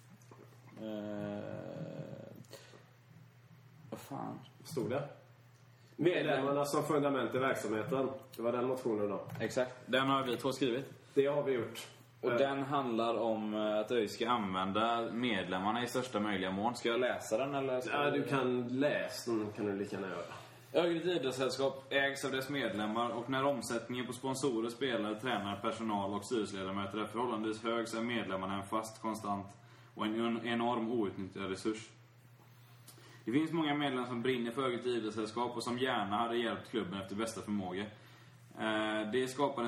Vad fan stod det? Medlemmarna som fundament i verksamheten. Det var den motionen då. Exakt, den har vi två skrivit. Det har vi gjort. Och den handlar om att ÖIS ska använda medlemmarna i största möjliga mån. Ska jag läsa den eller? Ja, du kan läsa den, kan du lika gärna göra. Ögret idrottssällskap ägs av dess medlemmar, och när omsättningen på sponsorer, spelare, tränare, personal och styrelseledamöter är förhållandevis hög, så är medlemmarna en fast, konstant och en enorm outnyttjad resurs. Det finns många medlemmar som brinner för Ögret idrottssällskap och som gärna hade hjälpt klubben efter bästa förmåga. Det skapar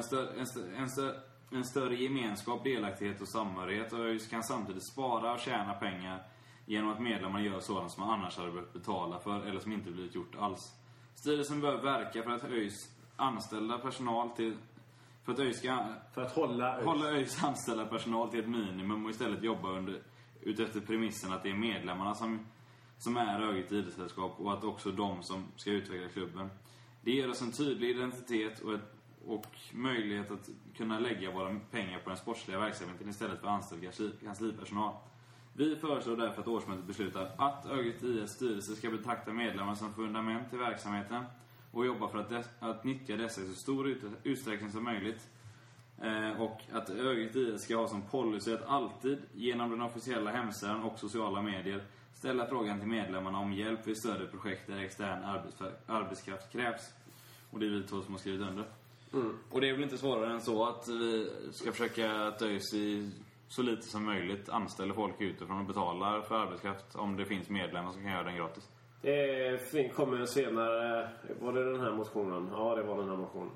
en större gemenskap, delaktighet och samhörighet, och ÖIS kan samtidigt spara och tjäna pengar genom att medlemmarna gör sådant som man annars hade behövt betala för eller som inte blivit gjort alls. Styrelsen bör verka för att ÖIS anställda personal till för att hålla ÖIS anställda personal till ett minimum och istället jobba utefter premissen att det är medlemmarna som är Örgryte idrottssällskap och att också de som ska utveckla klubben. Det ger oss en tydlig identitet och möjlighet att kunna lägga våra pengar på den sportsliga verksamheten istället för anställd kanslipersonal. Vi föreslår därför att årsmötet beslutar att Örgryte IS styrelse ska betrakta medlemmar som fundament till verksamheten och jobba för att nyttja dessa i så stor utsträckning som möjligt. Och att Örgryte IS ska ha som policy att alltid genom den officiella hemsidan och sociala medier ställa frågan till medlemmarna om hjälp vid större projekt där extern arbetskraft krävs. Och det är vi två som har skrivit under. Och det är väl inte svårare än så att vi ska försöka att ÖIS så lite som möjligt anställer folk utifrån och betalar för arbetskraft om det finns medlemmar som kan göra den gratis. Det kommer senare. Var det den här motionen? Ja, det var den här motionen.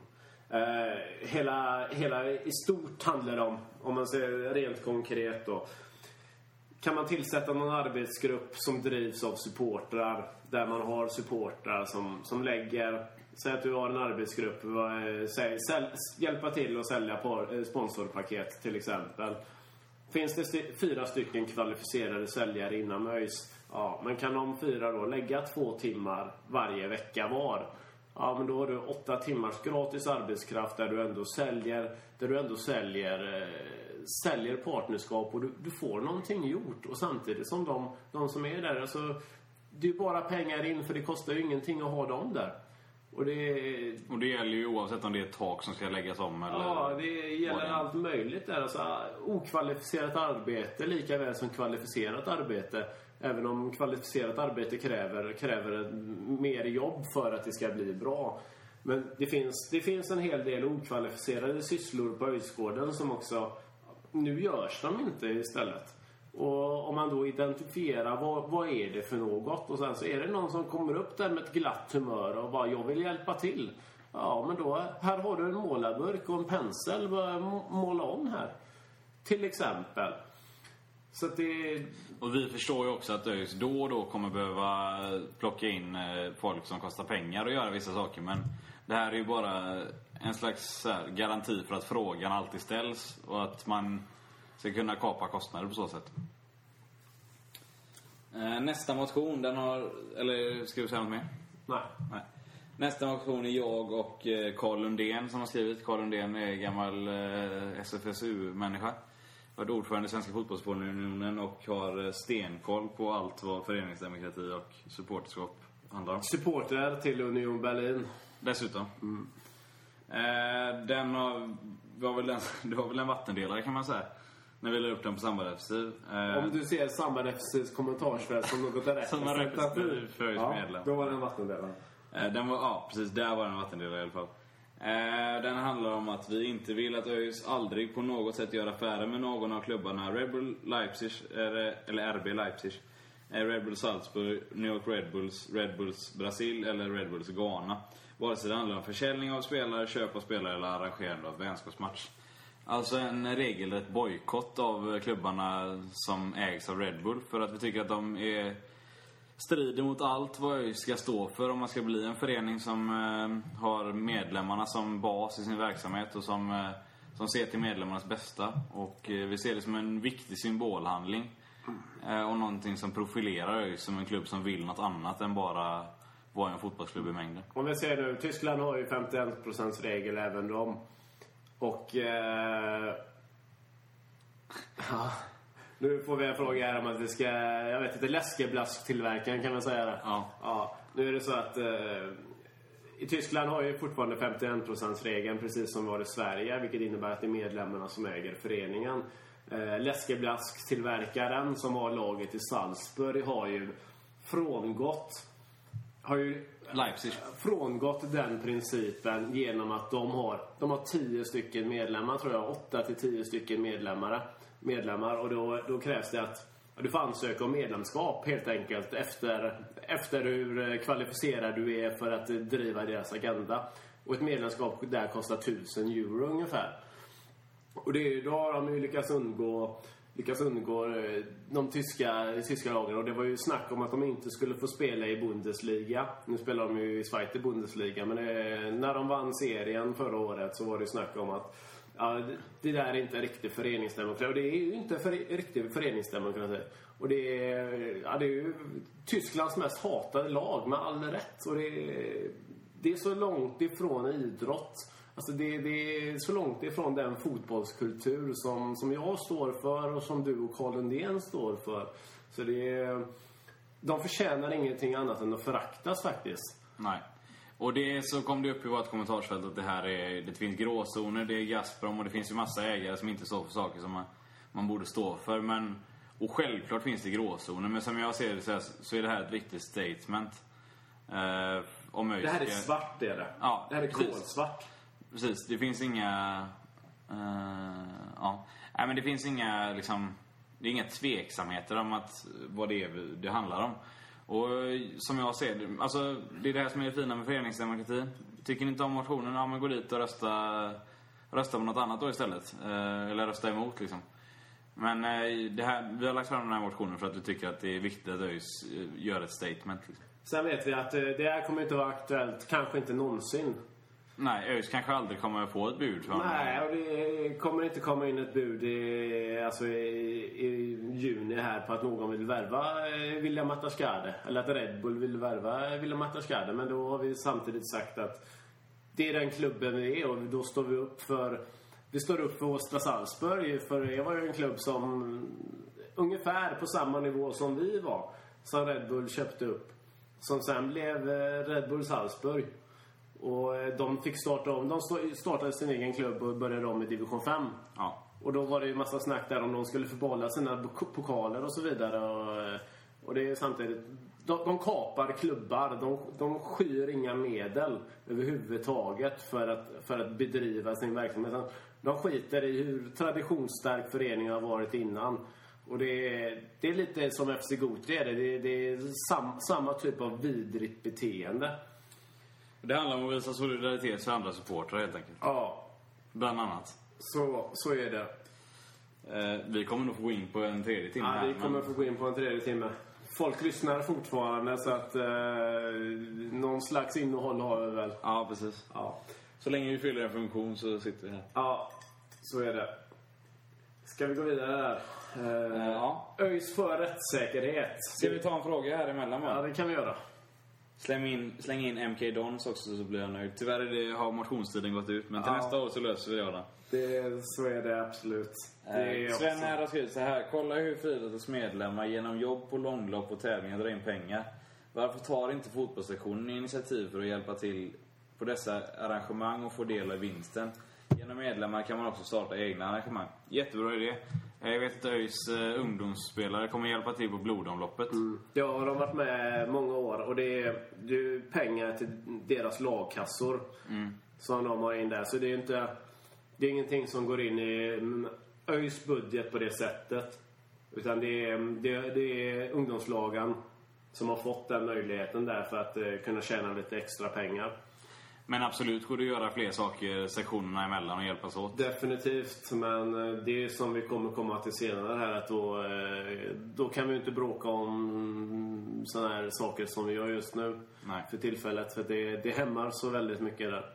Hela i stort handlar om man ser rent konkret då. Kan man tillsätta någon arbetsgrupp som drivs av supportrar, där man har supportrar som lägger, säg att du har en arbetsgrupp, hjälpa till att sälja sponsorpaket till exempel. Finns det 4 stycken kvalificerade säljare inom ÖIS, ja, men kan de 4 då lägga 2 timmar varje vecka var? Ja, men då har du 8 timmars gratis arbetskraft där du ändå säljer partnerskap och du får någonting gjort. Och samtidigt som de som är där, alltså, det är ju bara pengar in, för det kostar ju ingenting att ha dem där. Och det gäller ju oavsett om det är ett tak som ska läggas om eller... Ja, det gäller allt möjligt där. Alltså, okvalificerat arbete lika väl som kvalificerat arbete. Även om kvalificerat arbete kräver mer jobb för att det ska bli bra. Men det finns en hel del okvalificerade sysslor på Öjsgården som också... Nu görs de inte istället. Och om man då identifierar vad är det för något, och sen så är det någon som kommer upp där med ett glatt humör och bara, jag vill hjälpa till. Ja, men då, här har du en målarburk och en pensel, börja måla om här. Till exempel. Så att Och vi förstår ju också att ÖIS då och då kommer behöva plocka in folk som kostar pengar och göra vissa saker. Men det här är ju bara en slags garanti för att frågan alltid ställs och att man ska kunna kapa kostnader på så sätt. Nästa motion, den har... Eller ska du säga något mer? Nej. Nästa motion är jag och Carl Lundén som har skrivit. Carl Lundén är gammal SFSU-människa. Varit ordförande i Svenska fotbollssportunionen och har stenkoll på allt vad föreningsdemokrati och supporterskap handlar om. Supporter till Union Berlin. Dessutom. Det var väl en vattendelare kan man säga. När vi la upp den på Samband FC. Om du ser Samband FCs kommentarsfält som något direkt som var representativ för medlem. Då var den vattendelare. Precis, där var den vattendelare i alla fall. Den handlar om att vi inte vill att ÖIS aldrig på något sätt gör affärer med någon av klubbarna Red Bull Leipzig eller RB Leipzig, Red Bull Salzburg, New York Red Bulls Brasil eller Red Bulls Ghana. Vare sig det handlar om försäljning av spelare, köp av spelare eller arrangerande av vänskapsmatch. Alltså en regelrätt bojkott av klubbarna som ägs av Red Bull, för att vi tycker att de strider mot allt vad ÖIS ska stå för om man ska bli en förening som har medlemmarna som bas i sin verksamhet och som ser till medlemmarnas bästa. Och vi ser det som en viktig symbolhandling och någonting som profilerar ÖIS som en klubb som vill något annat än bara vara en fotbollsklubb i mängden. Om vi ser nu, Tyskland har ju 51% regel även de. Och nu får vi en fråga här om att vi ska, jag vet inte, läskeblasktillverkaren kan man säga det. Ja. Nu är det så att i Tyskland har ju fortfarande 51%-regeln precis som var i Sverige, vilket innebär att det är medlemmarna som äger föreningen. Läskeblasktillverkaren som har laget i Salzburg har ju frångått den principen genom att de har 10 stycken medlemmar, tror jag, 8 till 10 stycken medlemmar, och då krävs det att du får ansöka om medlemskap helt enkelt efter hur kvalificerad du är för att driva deras agenda. Och ett medlemskap där kostar 1000 euro ungefär. Och då har de ju lyckats undgå lyckas undgå de tyska lagen. Och det var ju snack om att de inte skulle få spela i Bundesliga. Nu spelar de ju i Schweiz i Bundesliga. Men när de vann serien förra året så var det snack om att det där är inte riktig föreningsdemokrati. Och det är ju inte riktig föreningsdemokrati. Och det är ju Tysklands mest hatade lag med all rätt. Och det är så långt ifrån idrott. Alltså det är så långt ifrån den fotbollskultur som jag står för och som du och Carl Lundén står för. Så de förtjänar ingenting annat än att föraktas faktiskt. Nej. Och så kom det upp i vårt kommentarsfält att det finns gråzoner, det är Gazprom och det finns ju massa ägare som inte står för saker som man borde stå för. Och självklart finns det gråzoner, men som jag ser det så är det här ett viktigt statement. Om det här är svart, det är det. Ja, det här är kolsvart. Precis, det finns inga... Nej, men det finns inga liksom... Det är inga tveksamheter om vad det handlar om. Och som jag ser det, alltså det är det här som är det fina med föreningsdemokrati. Tycker ni inte om motionen, ja men gå dit och rösta på något annat då istället. Eller rösta emot liksom. Men vi har lagt fram den här motionen för att vi tycker att det är viktigt att ÖIS gör ett statement liksom. Sen vet vi att det här kommer inte vara aktuellt, kanske inte någonsin. Nej, ÖIS kanske aldrig kommer att få ett bud för Nej, och det kommer inte komma in ett bud i juni här på att någon vill värva William Atterskade. Eller att Red Bull vill värva William Atterskade. Men då har vi samtidigt sagt att det är den klubben vi är och då står vi upp för... Vi står upp för Åstra Salzburg, för det var ju en klubb som ungefär på samma nivå som vi var. Som Red Bull köpte upp. Som sen blev Red Bull Salzburg. Och de fick starta om. De startade sin egen klubb och började om i division 5. Ja. Och då var det ju massa snack där om de skulle få behålla sina pokaler och så vidare. Och det är samtidigt... De kapar klubbar. De skyr inga medel överhuvudtaget för att bedriva sin verksamhet. De skiter i hur traditionsstark föreningen har varit innan. Och det är lite som FC Gothia. Det är samma typ av vidrigt beteende. Det handlar om att visa solidaritet för andra supportrar helt enkelt. Ja. Bland annat. Så är det. Vi kommer nog få gå in på en tredje timme. Ja, vi kommer få gå in på en tredje timme. Folk lyssnar fortfarande så att någon slags innehåll har vi väl. Ja, precis. Ja. Så länge vi fyller en funktion så sitter vi här. Ja, så är det. Ska vi gå vidare där? Ja. ÖIS för rättssäkerhet. Ska vi ta en fråga här emellan? Ja, det kan vi göra. Släng in MK Dons också så blir jag nöjd. Tyvärr har motionstiden gått ut, men till nästa år så löser vi det. Så är det absolut. Sven här har skrivit så här: kolla hur Friidrottens medlemmar genom jobb på långlopp och tävlingar drar in pengar. Varför tar inte fotbollssektionen initiativ för att hjälpa till på dessa arrangemang och få del av vinsten? Genom medlemmar kan man också starta egna arrangemang. Jättebra idé. Jag vet att ÖIS ungdomsspelare kommer hjälpa till på blodomloppet. Ja, de har varit med många år. Och det är pengar till deras lagkassor som de har in där. Så det är ingenting som går in i ÖIS budget på det sättet. Utan det är ungdomslagen som har fått den möjligheten där för att kunna tjäna lite extra pengar. Men absolut går det att göra fler saker sektionerna emellan och hjälpas åt. Definitivt, men det är som vi kommer komma till senare här att då kan vi inte bråka om såna här saker som vi gör just nu. Nej. För tillfället, för det hämmar så väldigt mycket där.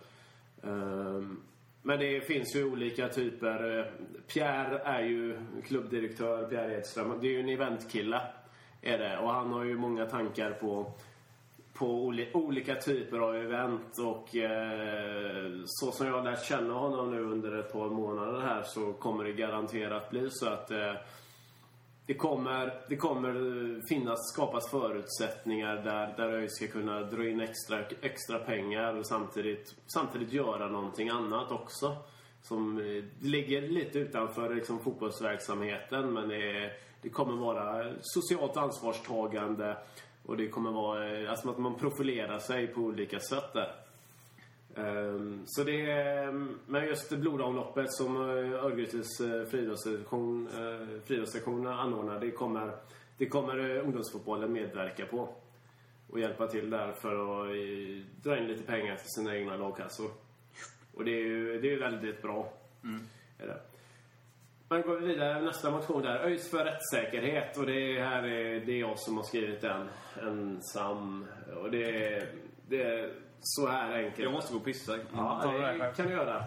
Men det finns ju olika typer. Pierre är ju klubbdirektör, Pierre Edström. Det är ju en eventkille är det, och han har ju många tankar på olika typer av event och så som jag har lärt känna honom nu under ett par månader här så kommer det garanterat bli så att det kommer skapas förutsättningar där ÖIS ska kunna dra in extra pengar och samtidigt göra någonting annat också som ligger lite utanför liksom fotbollsverksamheten, men det kommer vara socialt ansvarstagande. Och det kommer vara alltså att man profilerar sig på olika sätt där. Så det är... Men just blodomloppet som Örgrytes friidrottssektion anordnar, det kommer ungdomsfotbollen medverka på. Och hjälpa till där för att dra in lite pengar till sina egna lagkassor. Och det är ju väldigt bra. Är det. Man går vidare, nästa motion där. ÖIS för rättssäkerhet. Och det här är jag som har skrivit den ensam. Och det är så här enkelt. Jag måste gå och pissa. Ja, det kan du göra.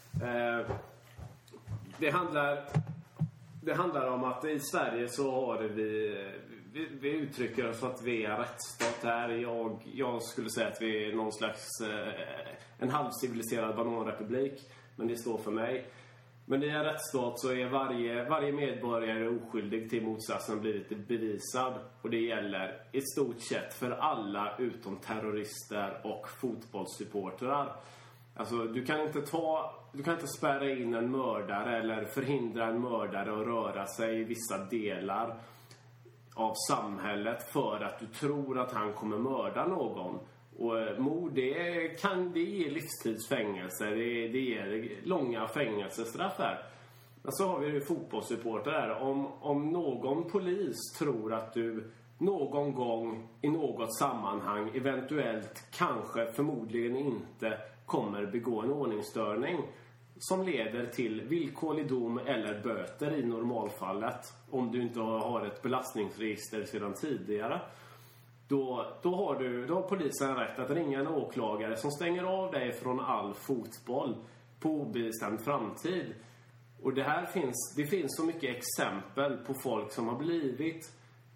Det handlar om att i Sverige så har vi uttrycker oss att vi är en rättsstat här. Jag skulle säga att vi är någon slags en halvciviliserad bananrepublik. Men det står för mig. Men i en rättsstat så är varje medborgare oskyldig till motsatsen blivit bevisad. Och det gäller i stort sett för alla utom terrorister och fotbollssupportrar. Alltså du kan inte spärra in en mördare eller förhindra en mördare att röra sig i vissa delar av samhället för att du tror att han kommer mörda någon. Och mord, det ge livstidsfängelse. Det ger långa fängelsestraff här. Men så har vi ju fotbollssupporter här. Om någon polis tror att du någon gång i något sammanhang eventuellt, kanske, förmodligen inte kommer begå en ordningsstörning som leder till villkorlig dom eller böter i normalfallet, om du inte har ett belastningsregister sedan tidigare, då har polisen rätt att ringa en åklagare som stänger av dig från all fotboll på obestämd framtid. Och det finns så mycket exempel på folk som har blivit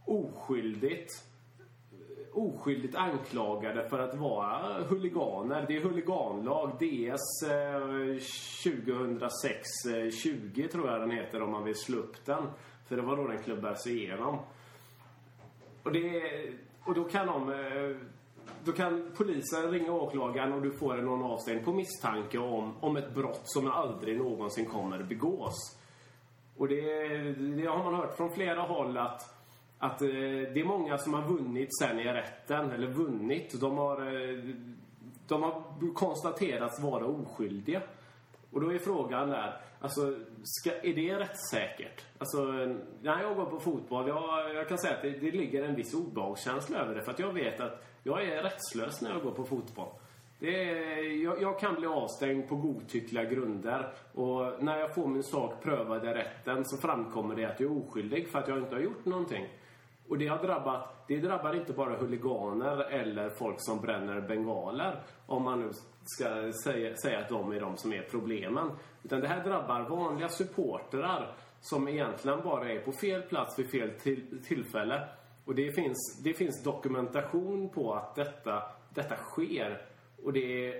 oskyldigt anklagade för att vara huliganer. Det är huliganlag DS 2006-20 tror jag den heter, om man vill slå upp den. För det var då den klubbades igenom. Och då kan polisen ringa åklagaren och du får någon avstängning på misstanke om ett brott som aldrig någonsin kommer begås. Och det har man hört från flera håll att det är många som har vunnit sen i rätten, eller vunnit. De har konstaterats vara oskyldiga. Och då är frågan där, alltså, är det rättssäkert? Alltså, när jag går på fotboll, jag kan säga att det ligger en viss obehagskänsla över det. För att jag vet att jag är rättslös när jag går på fotboll. Jag kan bli avstängd på godtyckliga grunder. Och när jag får min sak prövad i rätten så framkommer det att jag är oskyldig för att jag inte har gjort någonting. Och det drabbar inte bara huliganer eller folk som bränner bengaler, om man nu ska säga att de är de som är problemen. Utan det här drabbar vanliga supportrar som egentligen bara är på fel plats vid fel tillfälle. Och det finns dokumentation på att detta sker. Och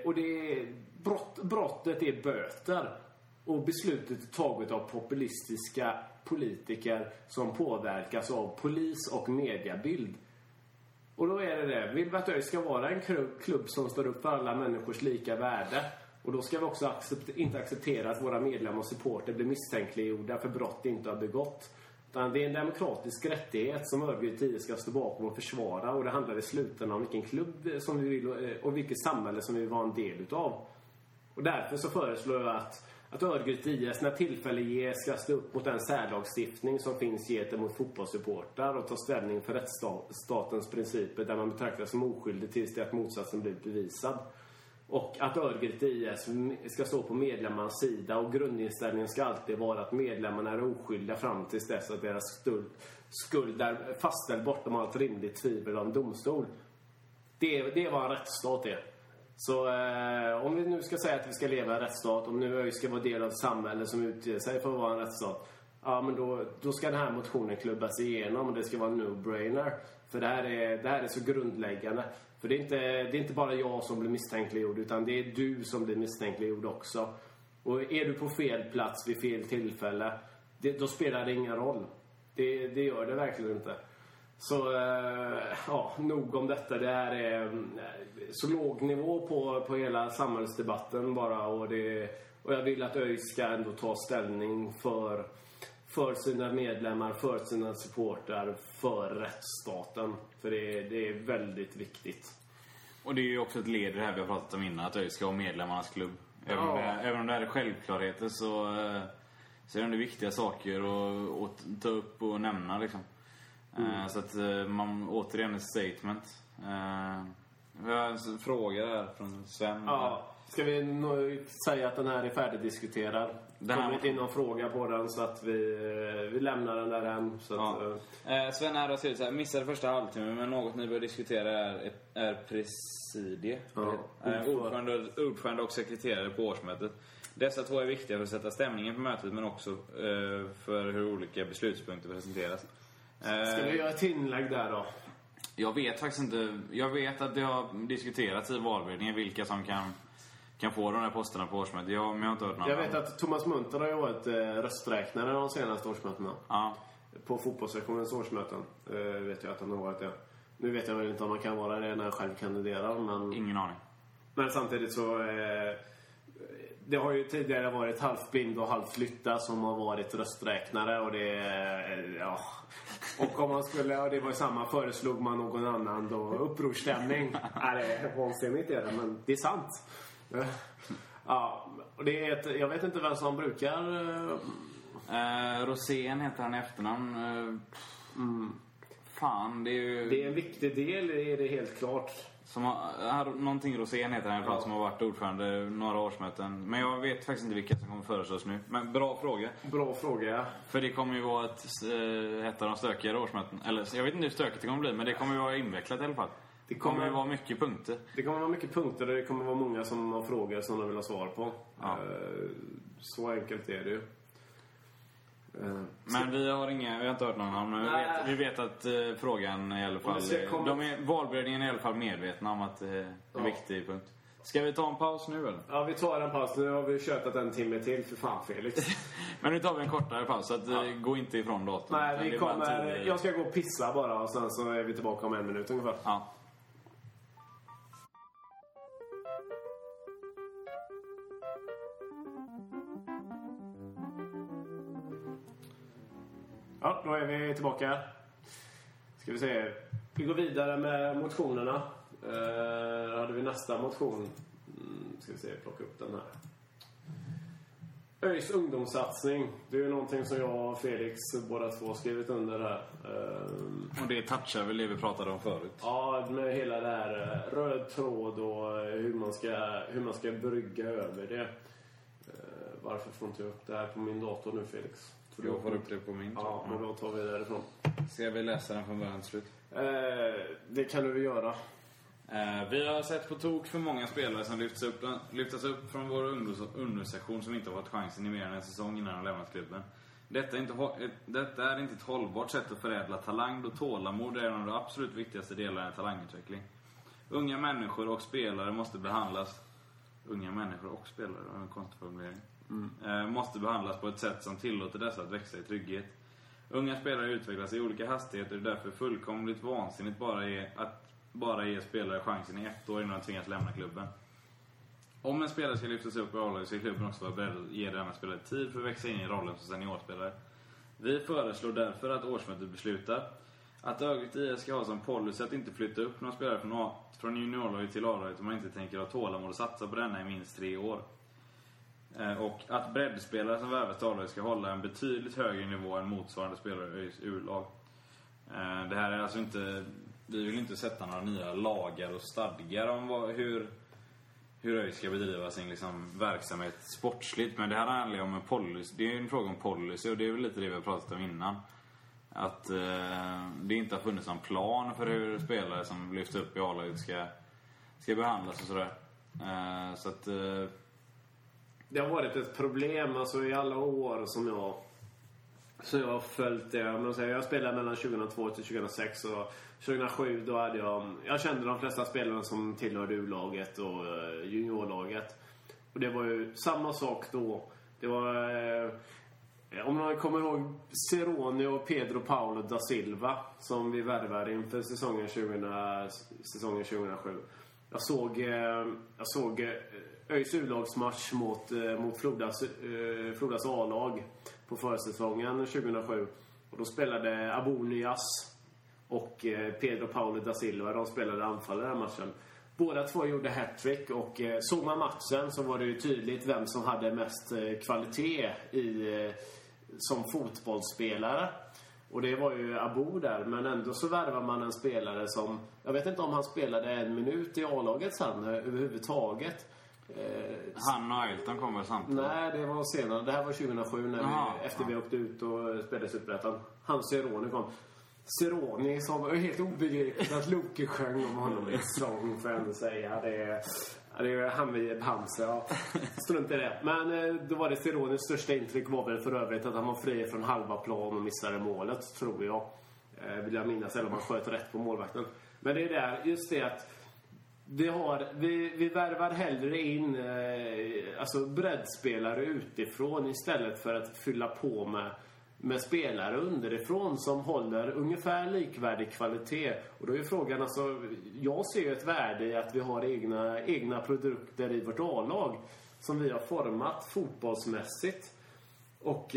brottet är böter. Och beslutet är taget av populistiska politiker som påverkas av polis och mediabild. Och då är det. Vill vi att ÖIS ska vara en klubb som står upp för alla människors lika värde. Och då ska vi också inte acceptera att våra medlemmar och supporter blir misstänkliggjorda för brott de inte har begått. Utan det är en demokratisk rättighet som Örgryte 10 ska stå bakom och försvara. Och det handlar i slutändan om vilken klubb som vi vill och vilket samhälle som vi vill vara en del utav. Och därför så föreslår jag att Örgryte 10 när tillfälle ges ska stå upp mot den särlagstiftning som finns gentemot fotbollssupportrar och ta ställning för rättsstatens principer där man betraktas som oskyldig tills det att motsatsen blir bevisad. Och att Örgryte IS ska stå på medlemmarnas sida, och grundinställningen ska alltid vara att medlemmarna är oskyldiga fram tills dess att deras skuld är fastställd bortom allt rimligt tvivel av en domstol. Det är vad en rättsstat är. Så om vi nu ska säga att vi ska leva i en rättsstat, om nu ÖIS ska vara del av ett samhälle som utger sig för att vara en rättsstat, ja, men då ska den här motionen klubbas igenom och det ska vara en no-brainer. För det här är så grundläggande. För det är inte bara jag som blir misstänkliggjord, utan det är du som blir misstänkliggjord också. Och är du på fel plats vid fel tillfälle, då spelar det ingen roll. Det gör det verkligen inte. Så nog om detta. Det här är så låg nivå på hela samhällsdebatten bara. Och jag vill att ÖIS ska ändå ta ställning för sina medlemmar, för sina supportrar, för rättsstaten. För det är väldigt viktigt. Och det är ju också ett led i det här vi har pratat om innan, att ÖIS ska vara medlemmarnas klubb. Även om det här är självklarheter så är det viktiga saker att ta upp och nämna liksom. Så att man återigen ett statement. Vi har en fråga där från Sven. Ja, ska vi säga att den här är färdigdiskuterad? Det kommer inte in någon fråga på den så att vi lämnar den där än. Så att, Sven här har skrivit så här: missade första halvtimmen, men något ni bör diskutera är presidie. Ordförande och sekreterare på årsmötet. Dessa två är viktiga för att sätta stämningen på mötet, men också för hur olika beslutspunkter presenteras. Ska vi göra ett inlägg där då? Jag vet faktiskt inte. Jag vet att det har diskuterats i valberedningen vilka som kan få de här posterna på årsmötet. Men jag har inte hört någon. Jag vet att Thomas Munter har ju varit rösträknare de senaste årsmötena. Ja. På fotbollssektionens årsmöten vet jag att han har varit det. Nu vet jag väl inte om man kan vara det när jag själv kandiderar. Men... Ingen aning. Men samtidigt så... det har ju tidigare varit halvt blind och halvt flytta som har varit rösträknare. Och det... ja... Och om man skulle, och det var samma, föreslog man någon annan då, upprorstämning. Nej, det är vansinnigt är det, men det är sant. Ja, och det är jag vet inte vem som brukar... Rosén heter han i efternamn. Fan, det är ju... Det är en viktig del, är det helt klart. Som har någonting Rosén heter han i alla fall, som har varit ordförande några årsmöten. Men jag vet faktiskt inte vilka som kommer föreslås nu. Men bra fråga. Bra fråga. För det kommer ju vara ett av de stökigare årsmöten. Eller jag vet inte hur stökigt det kommer bli, men det kommer ju vara invecklat i alla fall. Det kommer ju vara mycket punkter. Det kommer vara mycket punkter och det kommer vara många som har frågor som de vill ha svar på. Ja. Så enkelt är det ju. Men vi har inte hört någon namn. Vi vet att frågan i alla fall... valberedningen är i alla fall medvetna om att det är en viktig punkt. Ska vi ta en paus nu eller? Ja, vi tar en paus. Nu har vi kört en timme till, för fan Felix. Men nu tar vi en kortare paus, så att gå inte ifrån datorn. Nej, jag ska gå och pissa bara och sen så är vi tillbaka om 1 minut ungefär. Ja. Ja, då är vi tillbaka. Ska vi se. Vi går vidare med motionerna. Då hade vi nästa motion. Ska vi se, plocka upp den här. ÖIS ungdomssatsning. Det är ju någonting som jag och Felix båda två skrivit under här. Och det touchar väl det vi pratade om förut? Ja, med hela det här röd tråd och hur man ska brygga över det. Varför får inte jag upp det här på min dator nu, Felix? Jag får upp det på min. Ja, men då tar vi därifrån. Ska vi läsa den från början till slut? Det kan du väl göra. Vi har sett på tok för många spelare som lyftas upp från vår ungdomssektion som inte har fått chansen i mer än en säsong innan de lämnat klubben. Detta är inte ett hållbart sätt att förädla talang, då tålamod är en av de absolut viktigaste delarna i talangutveckling. Unga människor och spelare måste behandlas på ett sätt som tillåter dessa att växa i trygghet. Unga spelare utvecklas i olika hastigheter och därför fullkomligt vansinnigt bara ge spelare chansen i 1 år innan de tvingas lämna klubben. Om en spelare ska lyftas upp i A-laget så är klubben också vara beredd att ge denna spelare tid för att växa in i rollen som seniorspelare. Vi föreslår därför att årsmötet beslutar att Örgryte IS ska ha som policy att inte flytta upp någon spelare från juniorlaget till A-laget om man inte tänker ha tålamod och satsa på denna i minst 3 år. Och att breddspelare som värvas till A-laget ska hålla en betydligt högre nivå än motsvarande spelare i U-lag. Det här är alltså inte... Vi vill inte sätta några nya lagar och stadgar om hur ÖIS ska bedriva sin verksamhet sportsligt. Men det här handlar om en policy. Det är en fråga om policy och det är väl lite det vi har pratat om innan. Att det inte har funnits någon plan för hur spelare som lyfts upp i A-laget ska behandlas och sådär. Så att... Det har varit ett problem alltså, i alla år som jag har följt det. Jag spelade mellan 2002 till 2006 och 2007 då hade jag kände de flesta spelarna som tillhörde U-laget och juniorlaget. Och det var ju samma sak då. Det var om man kommer ihåg Cerrone och Pedro Paulo da Silva som vi värvade inför säsongen 2007. Jag såg ÖIS U-lagsmatch mot Flodas A-lag på försäsongen 2007. Och då spelade Abu Nias och Pedro Paulo da Silva. De spelade anfall i den här matchen. Båda två gjorde hattrick och såg man matchen så var det ju tydligt vem som hade mest kvalitet som fotbollsspelare. Och det var ju Abo där, men ändå så värvar man en spelare som... Jag vet inte om han spelade 1 minut i A-laget sen överhuvudtaget. Han och Ailton kommer samtidigt. Nej, det var senare. Det här var 2007 när efter vi åkte ut och spelade Superettan. Han Cerrone kom. Cerrone som var helt obegripligt att Loke sjöng om honom i ett sång, för att säga. Det är han med Hamse, ja. Strunt i det. Men då var det Cerrones största intryck var väl för övrigt att han var fri från halva plan och missade målet, tror jag. Vill jag minnas, eller om han sköt rätt på målvakten. Men det är där, just det att vi värvar hellre in alltså breddspelare utifrån istället för att fylla på med spelare underifrån som håller ungefär likvärdig kvalitet. Och då är frågan, alltså, jag ser ju ett värde i att vi har egna produkter i vårt A-lag som vi har format fotbollsmässigt och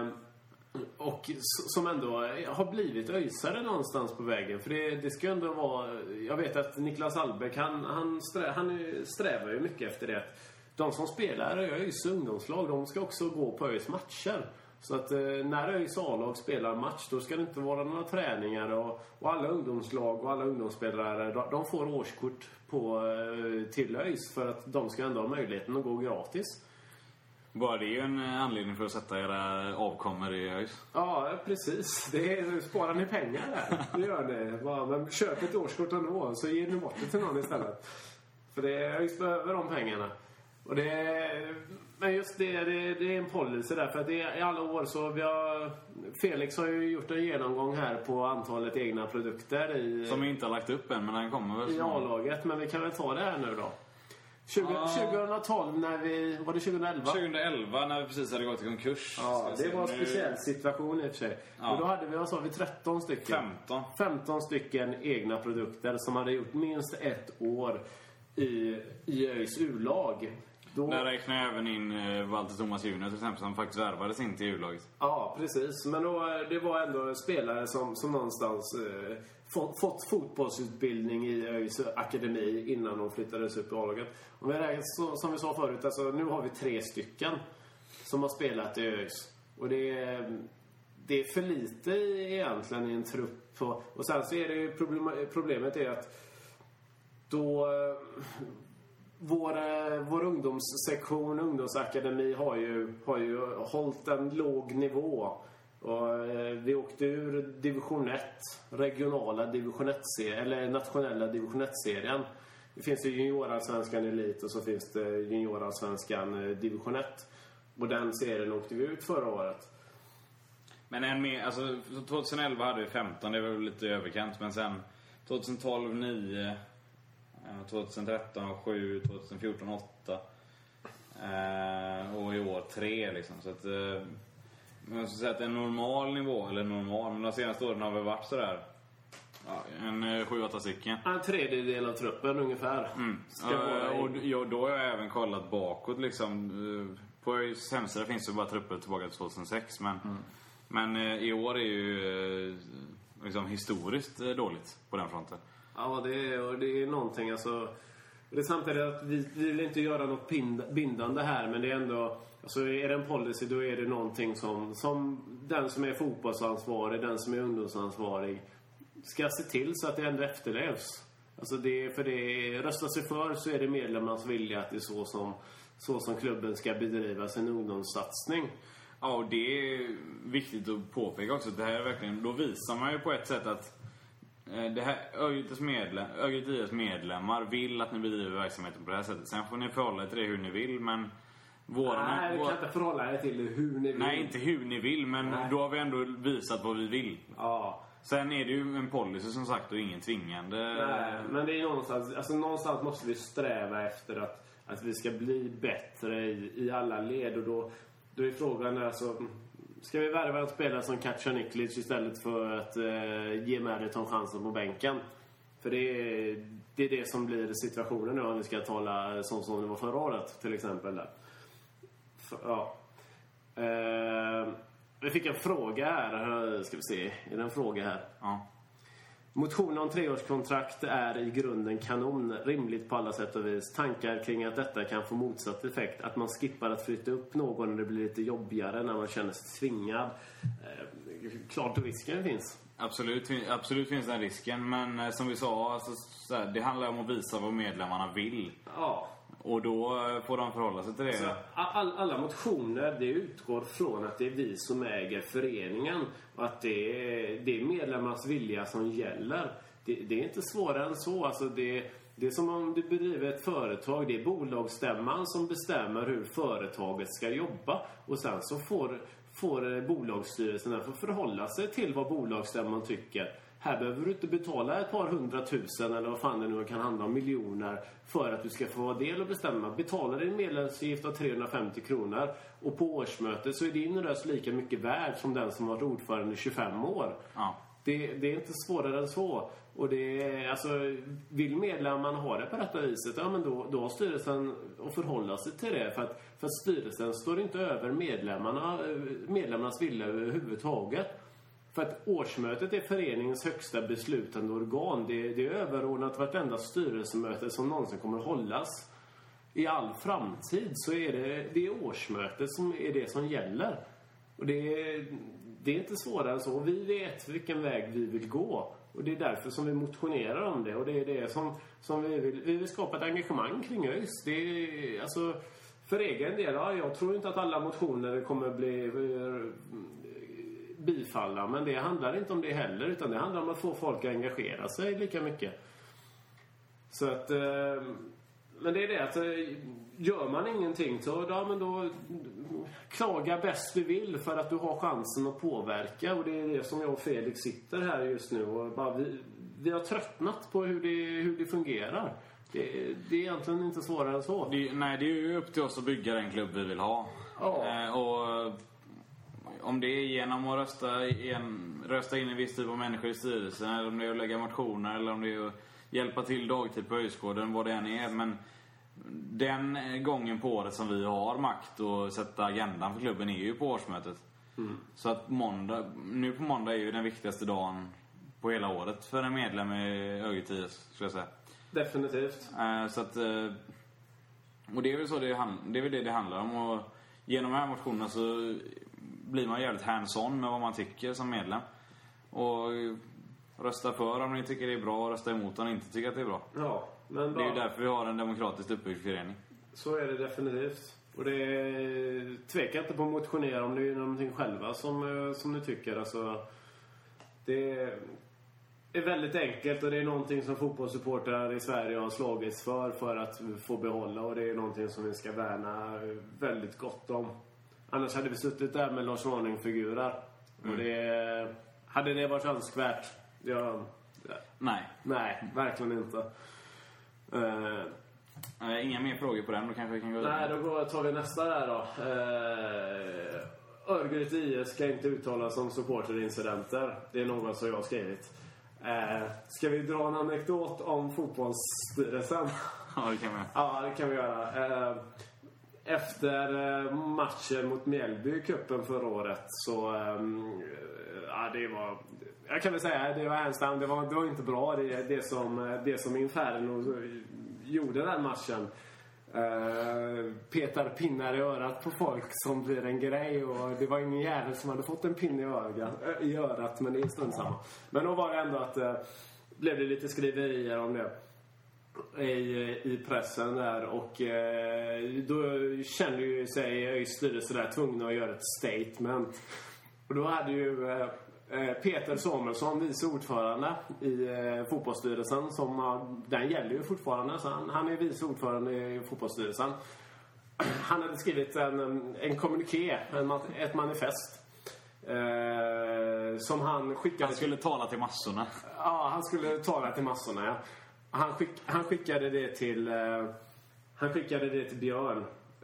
som ändå har blivit öjsare någonstans på vägen. För det ska ändå vara... Jag vet att Niklas Albeck, han strävar ju mycket efter det. De som spelar i ÖIS ungdomslag, de ska också gå på ÖIS matcher. Så att när ÖIS A-lag spelar match, då ska det inte vara några träningar. Och alla ungdomslag och alla ungdomsspelare, de får årskort till ÖIS för att de ska ändå ha möjligheten att gå gratis. Bara det är ju en anledning för att sätta era avkommor i ÖIS. Ja, precis. Sparar ni pengar där? Det gör ni. Men köp ett årskort ändå, så ger ni bort det till någon istället. För ÖIS behöver de pengarna. Och men just det är en policy där. För att i alla år så Felix har ju gjort en genomgång här på antalet egna produkter som vi inte har lagt upp än, men den kommer väl i A-laget. Men vi kan väl ta det här nu då. 2012 när var det 2011? 2011 när vi precis hade gått i konkurs. Ja, det var en speciell situation i och för sig. Ja. Och då hade vi 13 stycken. 15 stycken egna produkter som hade gjort minst 1 år i ÖIS U-lag. Där räknar jag även in Walter Thomas Junior till exempel, som faktiskt värvades in till U-laget. Ja, precis. Men det var ändå spelare som någonstans fått fotbollsutbildning i ÖIS akademi innan de flyttades upp i A-laget. Och som vi sa förut, alltså, nu har vi 3 stycken som har spelat i ÖIS. Och det är för lite egentligen i en trupp. Och sen så är det ju problemet är att då... Vår ungdomssektion, ungdomsakademi har ju hållit en låg nivå. Och vi åkte ur division 1, regionala division 1 eller nationella division 1-serien. Det finns ju juniorallsvenskan elit och så finns det juniorallsvenskan division 1. Och den serien åkte vi ut förra året. Men alltså 2011 hade vi 15, det var lite överkant, men sen 2012 9, 2013 7, 2014 8 och i år 3 liksom. Så att man ska säga att en normal nivå, eller normal, men de senaste åren har vi varit sådär en 7-8 stycken. En tredjedel av truppen ungefär. Och då har jag även kollat bakåt liksom. På ÖIS hemsida finns det bara trupper tillbaka till 2006, men i år är ju liksom historiskt dåligt på den fronten. Ja, det är någonting, alltså. Det är samtidigt att vi vill inte göra något bindande här, men det är ändå, alltså, är det en policy, då är det någonting som den som är fotbollsansvarig, den som är ungdomsansvarig ska se till så att det ändå efterlevs. Alltså för det röstar sig för, så är det medlemmarnas vilja att det är så som klubben ska bedriva sin ungdomssatsning. Ja, och det är viktigt att påpeka också. Det här är verkligen, då visar man ju på ett sätt att det här ÖIS IS medlemmar vill att ni bedriver verksamheten på det här sättet. Sen får ni förhålla er till det hur ni vill, men nej, vi kan inte förhålla er till det hur ni vill. Nej, inte hur ni vill, men då har vi ändå visat vad vi vill. Ja. Sen är det ju en policy som sagt och ingen tvingande. Nej, men det är någonstans måste vi sträva efter att vi ska bli bättre i alla led. Och då är frågan, alltså, ska vi värva en spelare som Katja Niklic istället för att ge Meriton chansen på bänken? För det är det som blir situationen nu, om vi ska tala som det var förra året till exempel där. Ja. Vi fick en fråga här. Ska vi se. Är det en fråga här? Ja. Motionen om 3-årskontrakt är i grunden kanon. Rimligt på alla sätt och vis. Tankar kring att detta kan få motsatt effekt. Att man skippar att flytta upp någon när det blir lite jobbigare, när man känner sig tvingad. klart risken finns. Absolut finns den risken. Men som vi sa, alltså, det handlar om att visa vad medlemmarna vill. Ja. Och då får de förhålla sig till det. Så alla motioner, det utgår från att det är vi som äger föreningen. Och att det är medlemmarnas vilja som gäller. Det är inte svårare än så. Alltså det är som om du bedriver ett företag. Det är bolagsstämman som bestämmer hur företaget ska jobba. Och sen så får bolagsstyrelsen att förhålla sig till vad bolagsstämman tycker. Här behöver du inte betala ett par 100 000 eller vad fan det nu kan handla om, miljoner, för att du ska få vara del och bestämma. Betalar din medlemsavgift av 350 kronor och på årsmötet så är din röst lika mycket värd som den som har varit ordförande i 25 år. Ja. Det är inte svårare än så. Och det är, alltså, vill medlemmarna ha det på detta viset, ja, men då har styrelsen att förhålla sig till det. För att styrelsen står inte över medlemmarnas vilja överhuvudtaget. För att årsmötet är föreningens högsta beslutande organ. Det är överordnat vartenda styrelsemöte som någonsin kommer att hållas. I all framtid så är det årsmötet som är det som gäller. Och det är inte svårare än så. Vi vet vilken väg vi vill gå. Och det är därför som vi motionerar om det. Och det är det som vi vill skapa ett engagemang kring ÖIS. Det är, alltså, för egen del, jag tror inte att alla motioner kommer bli bifalla. Men det handlar inte om det heller. Utan det handlar om att få folk att engagera sig lika mycket. Så att... Men det är det att gör man ingenting så men då klaga bäst du vill för att du har chansen att påverka. Och det är det som jag och Felix sitter här just nu och bara vi har tröttnat på hur det fungerar. Det är egentligen inte svårare än så. Det är ju upp till oss att bygga den klubb vi vill ha. Ja. Och om det är genom att rösta in en viss typ av människor i styrelsen, eller om det är att lägga motioner, eller om det är att hjälpa till dagtid på Öjsgården, vad det än är. Men den gången på året som vi har makt och sätta agendan för klubben är ju på årsmötet. Så att nu på måndag är ju den viktigaste dagen på hela året för en medlem i ÖG10, skulle jag säga. Definitivt. Så att, och det är väl så det är väl det handlar om. Och genom de här motionerna så blir man jävligt hands-on med vad man tycker som medlem. Och rösta för om ni tycker det är bra och rösta emot om ni inte tycker att det är bra. Ja, men det är ju därför vi har en demokratiskt uppbyggd förening. Så är det definitivt. Och det tvekar inte på att motionera om det är någonting själva som ni tycker. Alltså, det är väldigt enkelt och det är någonting som fotbollssupportrar i Sverige har slagits för att få behålla. Och det är någonting som vi ska värna väldigt gott om. Annars hade vi suttit där med Lars Warning-figurer. Och hade det varit önskvärt? Nej, verkligen inte. Inga mer frågor på den, då kanske vi kan gå Nej, då tar vi nästa där då. Örgryte IS ska inte uttalas som supporterincidenter. Det är något som jag har skrivit. Ska vi dra en anekdot om fotbollsstyrelsen? Ja, det kan vi. Ja, det kan vi göra. Efter matchen mot Mjällby i cupen förra året så det var, jag kan väl säga, det var ensam, det var inte bra det som Inferno gjorde den matchen. Petar pinnar i örat på folk som blir en grej, och det var ingen jävel som hade fått en pinne i örat, men det är stund samma. Men då var det ändå att blev det lite skriverier om det i pressen där, och då kände ju sig styrelsen där tvungna att göra ett statement. Och då hade ju Peter Samuelsson, vice ordförande i fotbollsstyrelsen, som den gäller ju fortfarande, så han är vice ordförande i fotbollsstyrelsen. Han hade skrivit en kommuniké, ett manifest som han skickade. Han skulle tala till massorna. Ja, han skulle tala till massorna, ja. Han skickade det till Björn,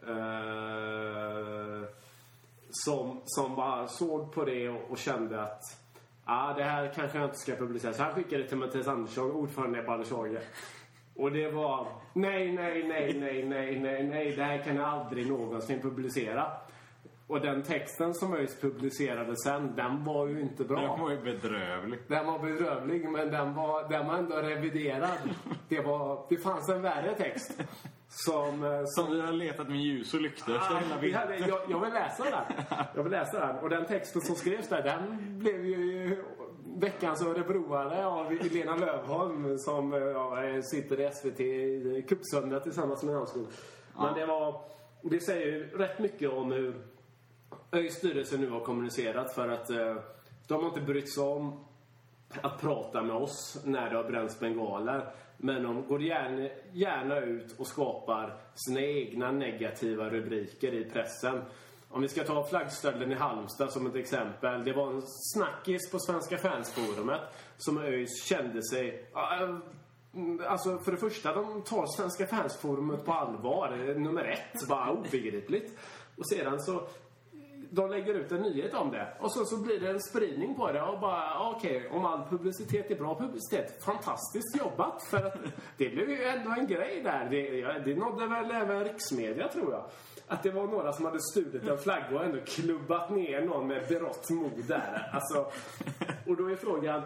som bara såg på det och kände att det här kanske jag inte ska publicera. Så han skickade det till Mattias Andersson, ordförande i Baldershagen. Och det var nej, det här kan jag aldrig någonsin publicera. Och den texten som ÖIS publicerade sen, den var ju inte bra. Den var ju bedrövlig. Den var bedrövlig, men den var ändå reviderad. Det fanns en värre text. Som vi har letat med ljus och lyktor. Jag vill läsa den. Och den texten som skrevs där, den blev ju veckans örebroare av Lena Lövholm som sitter i SVT i Kuppsöndag tillsammans med Hanskog. Men det säger ju rätt mycket om hur ÖIS styrelse nu har kommunicerat, för att de har inte brytt sig om att prata med oss när det har bränts bengaler. Men de går gärna ut och skapar sina egna negativa rubriker i pressen. Om vi ska ta flaggstölden i Halmstad som ett exempel. Det var en snackis på Svenska fansforumet som ÖIS kände sig... Alltså för det första, de tar Svenska fansforumet på allvar. Nummer 1, bara obegripligt. Och sedan så... De lägger ut en nyhet om det. Och så blir det en spridning på det. Och bara, okej, om all publicitet är bra publicitet. Fantastiskt jobbat. För att det blev ju ändå en grej där. Det nådde väl även riksmedia, tror jag. Att det var några som hade stulit en flagga och ändå klubbat ner någon med berått mod där. Alltså, och då är frågan...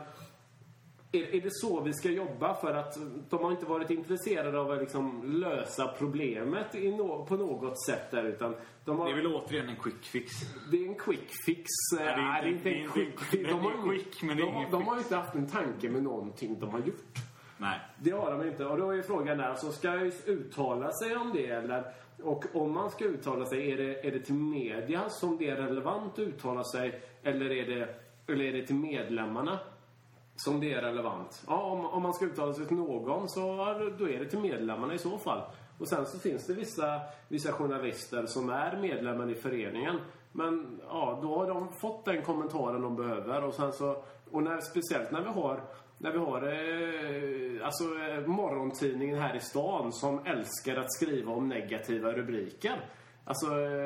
Är det så vi ska jobba? För att de har inte varit intresserade av att liksom lösa problemet på något sätt där, utan de har... Det är väl återigen en quick fix. Det är en quick fix. Nej, det är inte en quick fix. De har ju inte haft en tanke med någonting de har gjort. Nej. Det har de inte. Och då är frågan där, så ska jag uttala sig om det eller... Och om man ska uttala sig, är det till media som det är relevant att uttala sig, eller är det till medlemmarna som det är relevant? Ja, om man ska uttala sig till någon, så då är det till medlemmarna i så fall. Och sen så finns det vissa journalister som är medlemmar i föreningen. Men ja, då har de fått den kommentaren de behöver. Och sen så, speciellt när vi har alltså morgontidningen här i stan som älskar att skriva om negativa rubriker. Alltså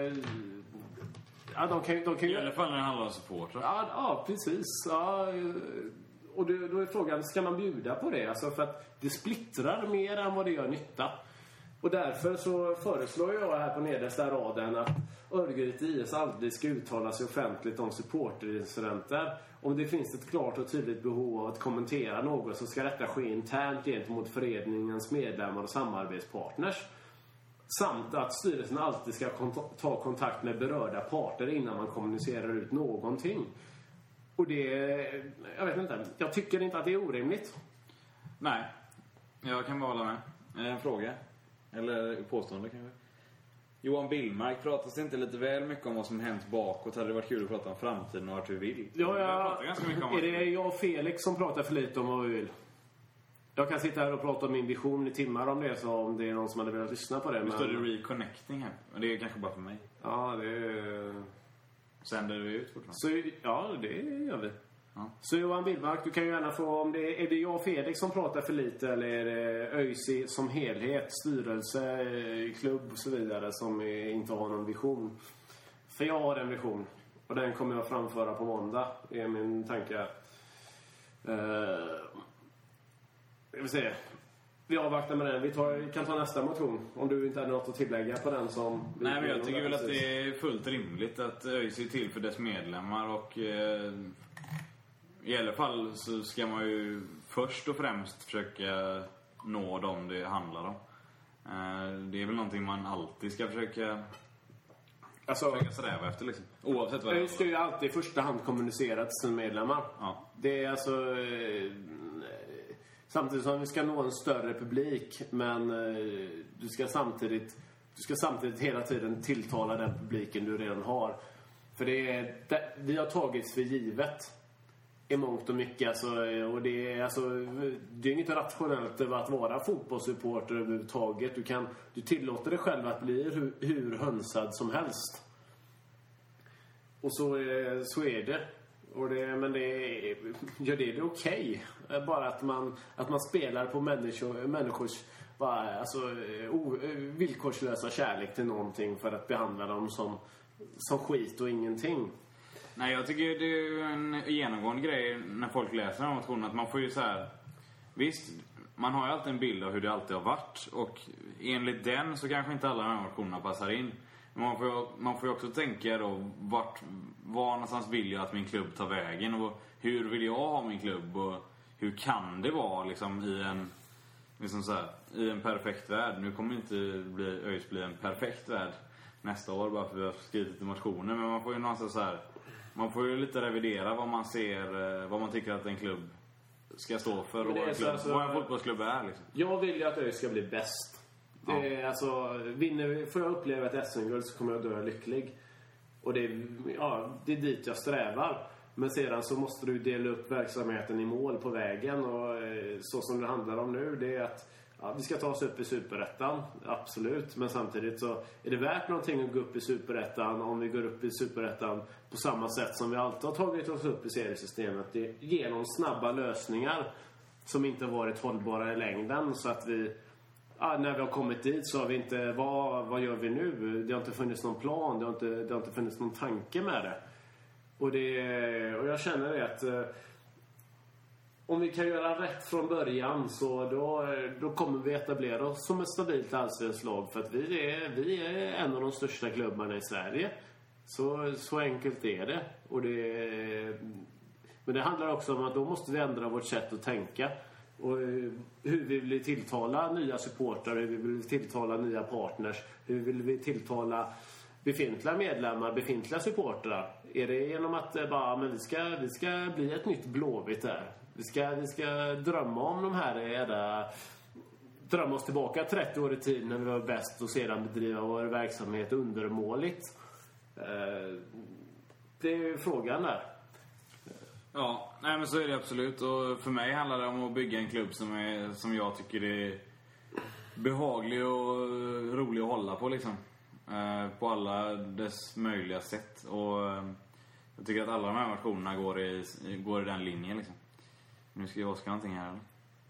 ja, de kan i alla fall när det handlar om supportrar. Ja, precis. Ja, och då är frågan, ska man bjuda på det? Alltså för att det splittrar mer än vad det gör nytta. Och därför så föreslår jag här på nedersta raden att Örgryte IS aldrig ska uttala sig offentligt om supporterincidenter. Om det finns ett klart och tydligt behov av att kommentera något, så ska detta ske internt gentemot föreningens medlemmar och samarbetspartners. Samt att styrelsen alltid ska ta kontakt med berörda parter innan man kommunicerar ut någonting. Och jag vet inte, jag tycker inte att det är orimligt. Nej, jag kan bara hålla med. En fråga, eller påstående kanske. Johan Billmark, pratas det inte lite väl mycket om vad som hänt bakåt? Hade det varit kul att prata om framtiden och vart vi vill? Ja, är det jag och Felix som pratar för lite om vad vi vill? Jag kan sitta här och prata om min vision i timmar om det, så om det är någon som hade velat lyssna på det. Men står det reconnecting här? Men det är kanske bara för mig. Ja, det är... Sänder vi ut fortfarande? Så, ja, det gör vi. Ja. Så Johan Billmark, du kan ju gärna få, om är det jag och Felix som pratar för lite, eller är det ÖIS som helhet, styrelse, klubb och så vidare som inte har någon vision? För jag har en vision, och den kommer jag framföra på måndag. Det är min tanke. Jag vill se. Vi avvaktar med den. Vi kan ta nästa motion. Om du inte hade något att tillägga på den som... Nej, men jag tycker väl att det är fullt rimligt att ÖIS är till för dess medlemmar. Och i alla fall så ska man ju först och främst försöka nå dem det handlar om. Det är väl någonting man alltid ska försöka sträva efter liksom. Oavsett vad det är. ÖIS ska ju alltid i första hand kommunicera till sina medlemmar. Ja. Det är alltså... Samtidigt som vi ska nå en större publik, men du ska samtidigt hela tiden tilltala den publiken du redan har. För vi har tagits för givet i mångt och mycket. Alltså, och det är inget rationellt över att vara fotbollssupporter överhuvudtaget. Du tillåter dig själv att bli hur hönsad som helst. Och så är det. Men gör det okej. Bara att man spelar på människors villkorslösa kärlek till någonting för att behandla dem som skit och ingenting. Nej, jag tycker det är en genomgående grej när folk läser den här motionen, att man får ju så här, visst, man har ju alltid en bild av hur det alltid har varit, och enligt den så kanske inte alla de här motionerna passar in. Men man får ju också tänka då, var någonstans vill jag att min klubb tar vägen, och hur vill jag ha min klubb, och hur kan det vara liksom liksom så här, i en perfekt värld. Nu kommer inte ÖIS bli en perfekt värld nästa år bara för att vi har skrivit i motioner. Men man får ju någonstans så här, man får ju lite revidera vad man ser, vad man tycker att en klubb ska stå för och vad en fotbollsklubb är liksom. Jag vill ju att ÖIS ska bli bäst. Det är, alltså, får jag uppleva ett SM-guld så kommer jag dö lycklig. Och det är dit jag strävar. Men sedan så måste du dela upp verksamheten i mål på vägen. Och så som det handlar om nu, det är att vi ska ta oss upp i Superettan. Absolut. Men samtidigt så är det värt någonting att gå upp i Superettan om vi går upp i Superettan på samma sätt som vi alltid har tagit oss upp i seriesystemet. Det är genom snabba lösningar som inte har varit hållbara i längden. Så att vi, när vi har kommit dit så har vi inte, vad gör vi nu? Det har inte funnits någon plan, det har inte funnits någon tanke med det. Och jag känner det att om vi kan göra rätt från början så då kommer vi etablera oss som ett stabilt allsvenskt lag. För att vi är en av de största klubbarna i Sverige. Så enkelt är det. Men det handlar också om att då måste vi ändra vårt sätt att tänka. Och hur vi vill tilltala nya supportrar, hur vi vill tilltala nya partners, hur vill vi tilltala befintliga medlemmar, befintliga supportrar. Är det genom att vi ska bli ett nytt Blåvitt där? Vi ska drömma om de här drömma oss tillbaka 30 år i tid när vi var bäst och sedan bedriva vår verksamhet undermåligt. Det är ju frågan där. Ja, nej men så är det absolut. Och för mig handlar det om att bygga en klubb som jag tycker är behaglig och rolig att hålla på liksom. På alla dess möjliga sätt. Och jag tycker att alla de här motionerna går i den linjen liksom. Nu ska jag vaska någonting här eller?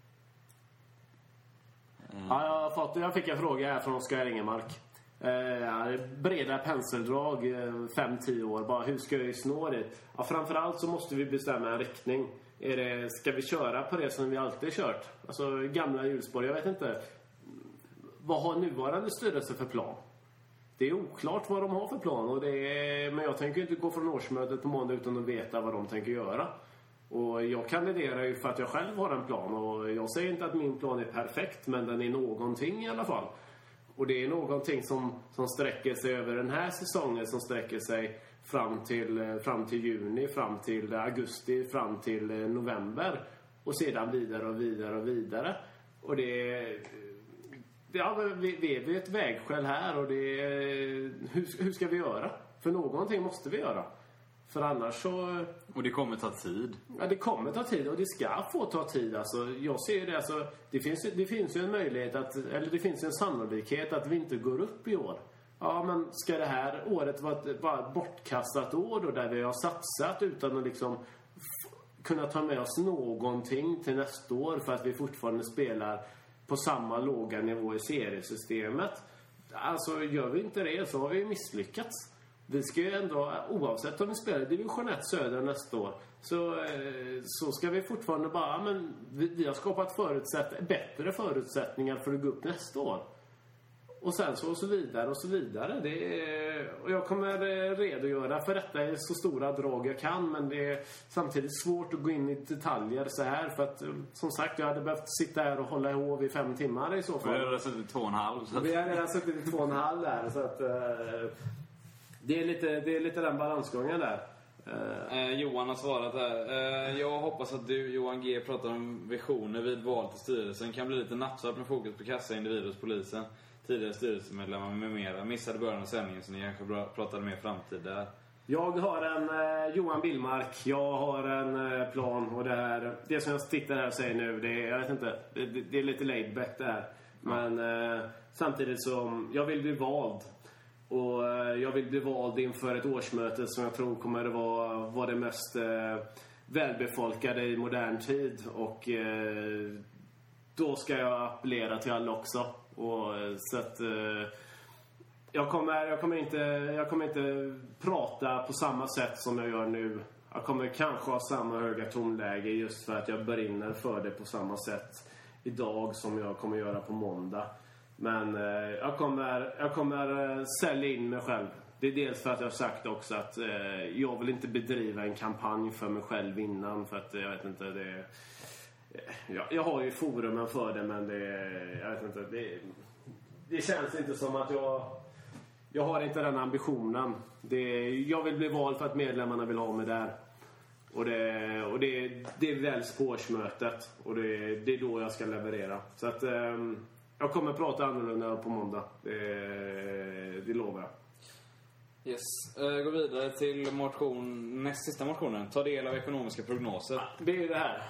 Ja, jag fick en fråga här från Oskar Ingemark. Breda penseldrag, 5-10 år. Bara, hur ska vi nå det? Ja, framförallt så måste vi bestämma en riktning. Ska vi köra på det som vi alltid kört? Alltså gamla hjulspår, jag vet inte. Vad har nuvarande styrelse för plan? Det är oklart vad de har för plan. Men jag tänker inte gå från årsmötet på måndag utan att veta vad de tänker göra. Och jag kandiderar ju för att jag själv har en plan. Och jag säger inte att min plan är perfekt, men den är någonting i alla fall. Och det är någonting som sträcker sig över den här säsongen, som sträcker sig fram till juni, fram till augusti, fram till november. Och sedan vidare och vidare och vidare. Och vi är ett vägskäl här. Och hur ska vi göra? För någonting måste vi göra. För annars så... Och det kommer ta tid. Ja, det kommer ta tid och det ska få ta tid. Alltså, jag ser det, alltså, det finns ju en möjlighet eller det finns en sannolikhet att vi inte går upp i år. Ja, men ska det här året vara ett bortkastat år då, där vi har satsat utan att liksom kunna ta med oss någonting till nästa år för att vi fortfarande spelar på samma låga nivå i seriesystemet? Alltså, gör vi inte det så har vi misslyckats. Vi ska ju ändå, oavsett om vi spelar Division 1 Söder nästa år, så ska vi fortfarande men vi har skapat bättre förutsättningar för att gå upp nästa år. Och sen så vidare och så vidare. Och jag kommer redogöra för detta i så stora drag jag kan, men det är samtidigt svårt att gå in i detaljer så här, för att som sagt, jag hade behövt sitta här och hålla ihop i 5 timmar i så fall. Vi har redan suttit 2,5. Vi har redan suttit i 2,5 där, så att... Det är lite den balansgången där. Johan har svarat här. Jag hoppas att du, Johan G, pratar om visioner vid val till styrelsen. Kan bli lite nattsvart med fokus på kassa, individer hos polisen, tidigare styrelsemedlemmar med mera. Missade början av sändningen så ni kanske pratade mer framtid där. Jag har en Johan Billmark. Jag har en plan. Och det som jag tittar här och säger nu, jag vet inte, det är lite laid back det här. Men samtidigt som jag vill bli vald. Och jag vill bli vald inför ett årsmöte som jag tror kommer att vara det mest välbefolkade i modern tid. Och då ska jag appellera till alla också. Och så att jag kommer inte prata på samma sätt som jag gör nu. Jag kommer kanske ha samma höga tonläge just för att jag brinner för det på samma sätt idag som jag kommer göra på måndag. Men jag kommer sälja in mig själv. Det är dels för att jag har sagt också att jag vill inte bedriva en kampanj för mig själv innan. För att jag vet inte, Jag har ju forumen för det, men jag vet inte, det känns inte som att jag har inte den ambitionen. Jag vill bli vald för att medlemmarna vill ha mig där. Och det väljs på årsmötet. Och det är då jag ska leverera. Så att jag kommer prata annorlunda på måndag. Det lovar jag. Yes. Gå vidare till näst sista motionen. Ta del av ekonomiska prognoser. Det är det här.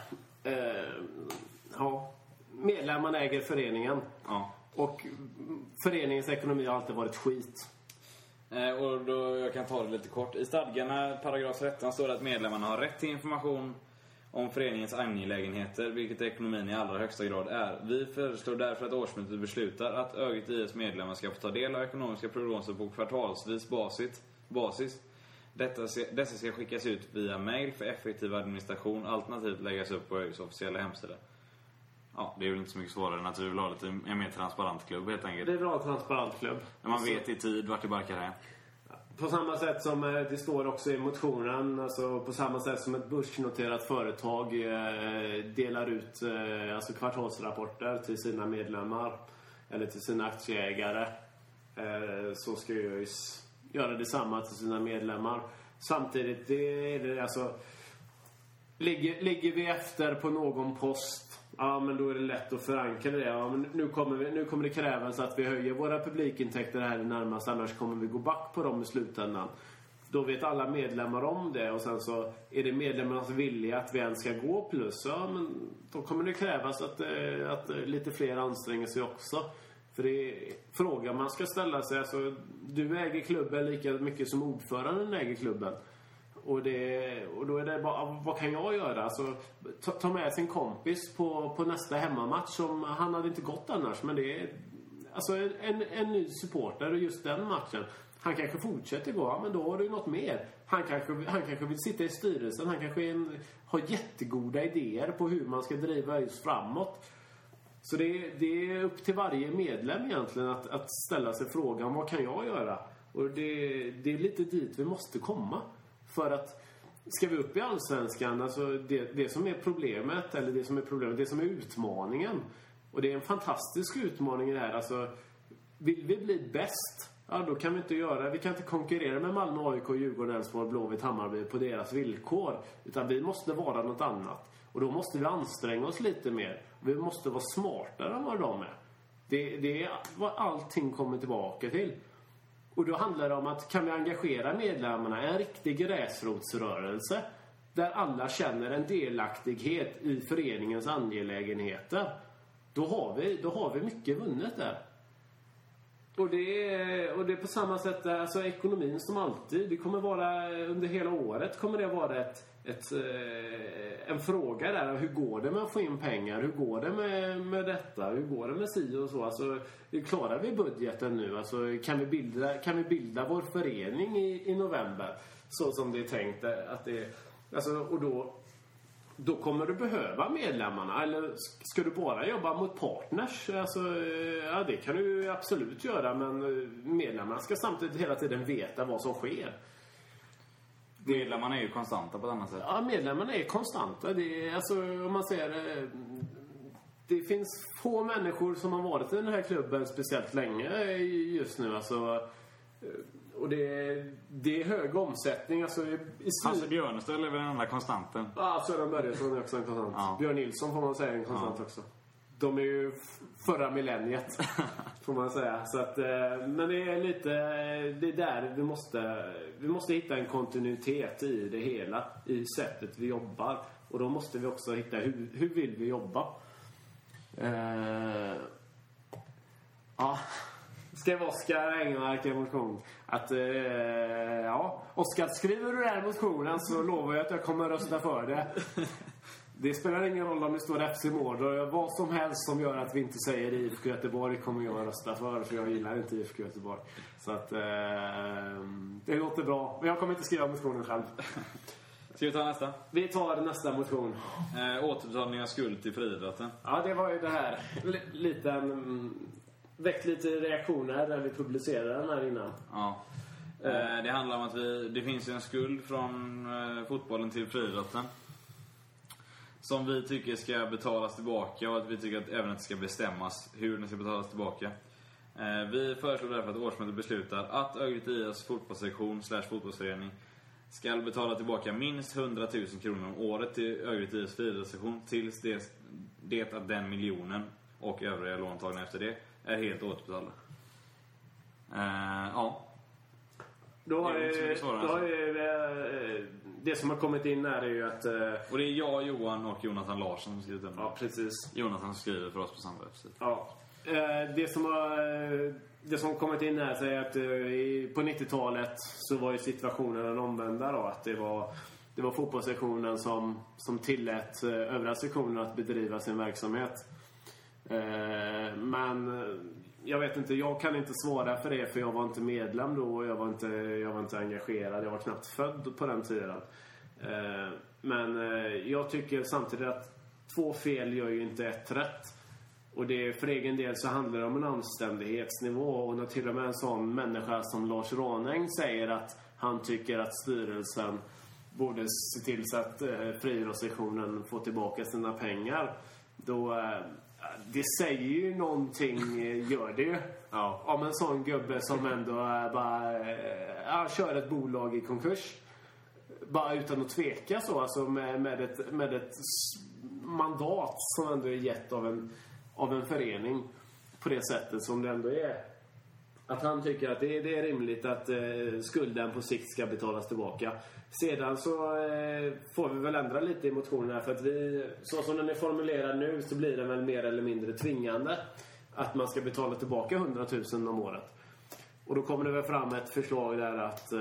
Medlemmarna äger föreningen. Ja. Och föreningens ekonomi har alltid varit skit. Och då, jag kan ta det lite kort. I stadgarna, paragraf 13, står det att medlemmarna har rätt till information om föreningens angelägenheter, vilket ekonomin i allra högsta grad är. Vi föreslår därför att årsmötet beslutar att Örgryte IFs medlemmar ska få ta del av ekonomiska prognoser på kvartalsvis basis. Dessa ska skickas ut via mail för effektiv administration, alternativt läggas upp på Örgrytes officiella hemsida. Ja, det är väl inte så mycket svårare än att vi vill ha en mer transparent klubb helt enkelt. Det är bra transparent klubb. När man vet i tid vart det barkar är. På samma sätt som det står också i motionen, alltså på samma sätt som ett börsnoterat företag delar ut alltså kvartalsrapporter till sina medlemmar eller till sina aktieägare, så ska jag göra detsamma till sina medlemmar. Samtidigt alltså, ligger vi efter på någon post, ja, men då är det lätt att förankra det. Ja, men nu kommer det krävas att vi höjer våra publikintäkter här i närmast, annars kommer vi gå back på dem i slutändan. Då vet alla medlemmar om det, och sen så är det medlemmarnas vilja att vi ens ska gå plus. Ja, men då kommer det krävas att lite fler anstränger sig också. För det är frågan man ska ställa sig. Alltså, du äger klubben lika mycket som ordföranden äger klubben. Och då är det bara, vad kan jag göra? Alltså, ta med sin kompis på nästa hemmamatch, som han hade inte gått annars. Men det är alltså en ny supporter, och just den matchen, han kanske fortsätter gå, ja, men då har du något mer. Han kanske vill sitta i styrelsen, han kanske har jättegoda idéer på hur man ska driva just framåt. Så det är upp till varje medlem egentligen att ställa sig frågan, vad kan jag göra? Och det är lite dit vi måste komma. För att ska vi upp i allsvenskan, alltså det som är problemet, eller det som är utmaningen, och det är en fantastisk utmaning i det här, alltså vill vi bli bäst, ja, då kan vi kan inte konkurrera med Malmö, AIK, Djurgården, Elfsborg, Blåvitt, Hammarby på deras villkor, utan vi måste vara något annat, och då måste vi anstränga oss lite mer, vi måste vara smartare än vad de är. Det är vad allting kommer tillbaka till. Och då handlar det om att kan vi engagera medlemmarna, en riktig gräsrotsrörelse där alla känner en delaktighet i föreningens angelägenheter, då har vi mycket vunnet där. Och det är på samma sätt, alltså ekonomin som alltid, det kommer vara under hela året kommer det vara en fråga där, hur går det med att få in pengar, hur går det med detta, hur går det med si och så, alltså klarar vi budgeten nu, alltså kan vi bilda vår förening i november så som det är tänkt att det, alltså, och då kommer du behöva medlemmarna, eller ska du bara jobba mot partners, alltså, ja, det kan du absolut göra, men medlemmarna ska samtidigt hela tiden veta vad som sker. Medlemmarna är ju konstanta på ett annat sätt. Ja, medlemmarna är konstanta. Det är, alltså, om man säger det finns få människor som har varit i den här klubben speciellt länge just nu, alltså, och det är hög omsättning, alltså Hasse Björnestöd är väl den enda konstanten. Ja, Sören Börjesson är också en konstant. Ja. Björn Nilsson får man säga är en konstant också. De är ju förra millenniet får man säga. Så att, men det är lite, det är där vi måste hitta en kontinuitet i det hela, i sättet vi jobbar, och då måste vi också hitta hur vill vi jobba. Ja, skrev Oskar Engmark i motion att Oskar, skriver du den här motionen så lovar jag att jag kommer rösta för det. Det spelar ingen roll om det står FC Mårdor. Vad som helst som gör att vi inte säger IFK Göteborg kommer jag rösta för jag gillar inte IFK Göteborg. Så att det låter bra. Men jag kommer inte skriva motionen själv. Ska vi ta nästa? Vi tar nästa motion. Återbetalning av skuld till friidrotten. Ja, det var ju det här. Väckt lite reaktioner när vi publicerade den här innan. Ja. Det handlar om att det finns en skuld från fotbollen till friidrotten. som vi tycker ska betalas tillbaka och att vi tycker att även att det ska bestämmas hur den ska betalas tillbaka. Vi föreslår därför att årsmötet beslutar att Örgryte IS fotbollssektion / fotbollsförening ska betala tillbaka minst 100 000 kronor om året till Örgryte IS friidrottssektion tills det att den miljonen och övriga låntagna efter det är helt återbetalda. Ja. Det som har kommit in här är ju att... Och det är jag, Johan och Jonathan Larsson som skrivit den. Ja, precis. Jonathan skriver för oss på samma webbsida. Ja. Det som har kommit in här säger att på 90-talet så var ju situationen den omvända då. Att det var fotbollssektionen som tillät övriga sektioner att bedriva sin verksamhet. Men jag vet inte, jag kan inte svara för det för jag var inte medlem då och jag var inte engagerad. Jag var knappt född på den tiden. Men jag tycker samtidigt att 2 fel gör ju inte 1 rätt. Och det, för egen del så handlar det om en anständighetsnivå. Och när till och med en sån människa som Lars Rånäng säger att han tycker att styrelsen borde se till så att friidrottssektionen får tillbaka sina pengar. Då, det säger ju någonting, gör det ju. Ja. Om en sån gubbe som ändå bara kör ett bolag i konkurs. Bara utan att tveka så. Alltså med ett mandat som ändå är gett av en förening på det sättet som det ändå är. Att han tycker att det är rimligt att skulden på sikt ska betalas tillbaka. Sedan så får vi väl ändra lite i motionen här, för att så som den är formulerad nu så blir den väl mer eller mindre tvingande att man ska betala tillbaka 100 000 om året. Och då kommer det väl fram ett förslag där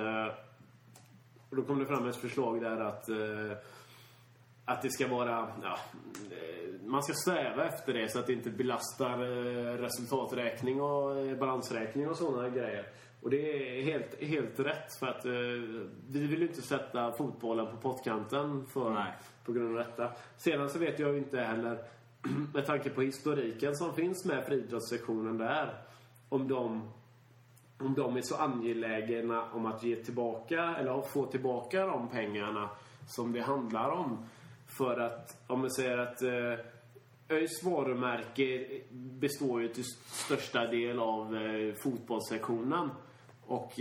att det ska vara, man ska sträva efter det så att det inte belastar resultaträkning och balansräkning och sådana grejer. Och det är helt rätt, för att vi vill inte sätta fotbollen på pottkanten på grund av detta. Sedan så vet jag ju inte heller, med tanke på historiken som finns med friidrottssektionen där, om de är så angelägna om att ge tillbaka eller att få tillbaka de pengarna som det handlar om. För att om man säger att ÖIS varumärke består ju till största del av fotbollssektionen. Och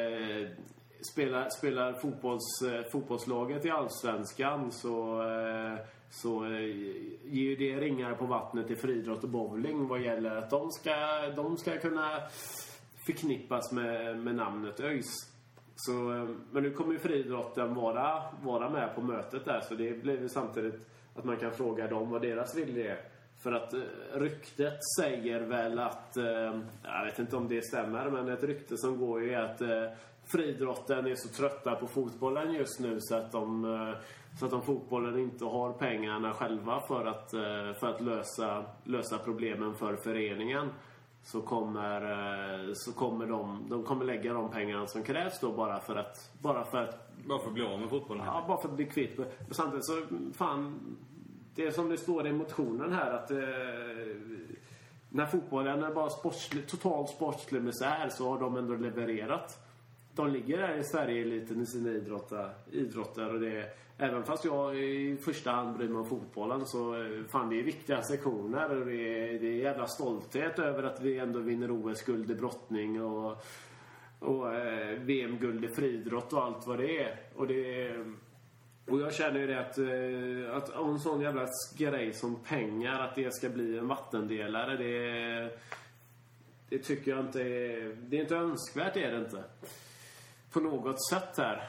spelar fotbollslaget i Allsvenskan så ger ju det ringar på vattnet till friidrott och bowling vad gäller att de ska kunna förknippas med namnet ÖIS. Så, men nu kommer ju friidrotten vara med på mötet där, så det blir ju samtidigt att man kan fråga dem vad deras vilja är. För att ryktet säger väl att, jag vet inte om det stämmer, men ett rykte som går ju är att friidrotten är så trötta på fotbollen just nu så att de fotbollen inte har pengarna själva för att lösa problemen för föreningen. Så kommer de kommer lägga de pengarna som krävs då bara för att bli av med fotbollen. Ja, bara för att bli kvitt. Men samtidigt så det är som det står i motionen här att när fotbollen är bara total sportslig misär så har de ändå levererat. De ligger där i Sverige-eliten i sina idrotter och det, även fast jag i första hand bryr mig om fotbollen så det är viktiga sektioner och det är jävla stolthet över att vi ändå vinner OS-guld i brottning och VM-guld i friidrott och allt vad det är. Och jag känner ju det att en sån jävla grej som pengar, att det ska bli en vattendelare, det tycker jag inte är, det är inte önskvärt, är det inte på något sätt här.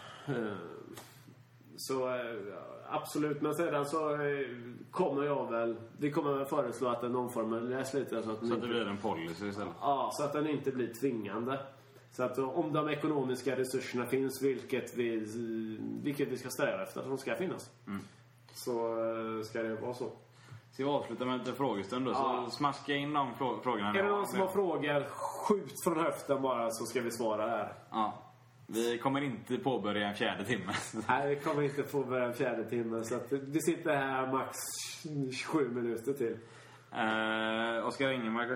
Så absolut, men sedan så kommer vi kommer väl föreslå att den omformuleras lite så att det blir en policy istället. Ja, så att den inte blir tvingande. Så att om de ekonomiska resurserna finns, vilket vi ska sträva efter att de ska finnas, så ska det vara så. Ska vi avsluta med lite frågestund då? Ja. Så smaska in de frågorna. Är det någon som har frågor, skjut från höften bara, så ska vi svara här. Ja. Vi kommer inte påbörja en 4:e timme. Nej, vi kommer inte påbörja en 4:e timme. Så att vi sitter här max 7 minuter till. Oskar Ingemark,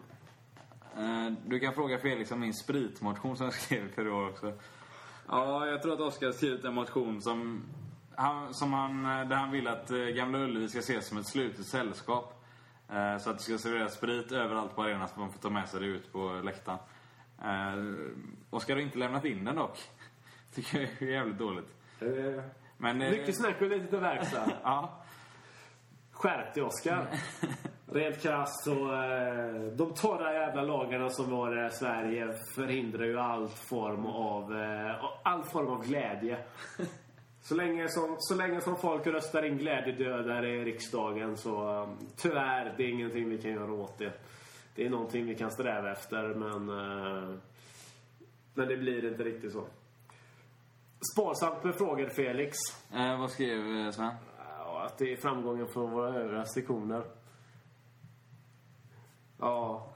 du kan fråga Felix om min spritmotion som jag skrev för år också. Ja, jag tror att Oskar har skrivit en motion som Där han vill att Gamla Ullevi ska ses som ett slutet sällskap. Så att det ska serveras sprit överallt på arenan så man får ta med sig det ut på läktaren. Oskar har inte lämnat in den dock. Tycker jag är jävligt dåligt. Men, mycket snack och lite verkstad. Ja. Skärp dig, Oskar. Rent krasst så de torra jävla lagarna som var i Sverige förhindrar ju all form av glädje. Så länge som folk röstar in glädjedödare i riksdagen så tyvärr, det är ingenting vi kan göra åt det. Det är någonting vi kan sträva efter, men det blir inte riktigt så. Sparsamt med frågor, Felix. Vad skrev Sven? Att det är framgången för våra övriga sektioner. Ja.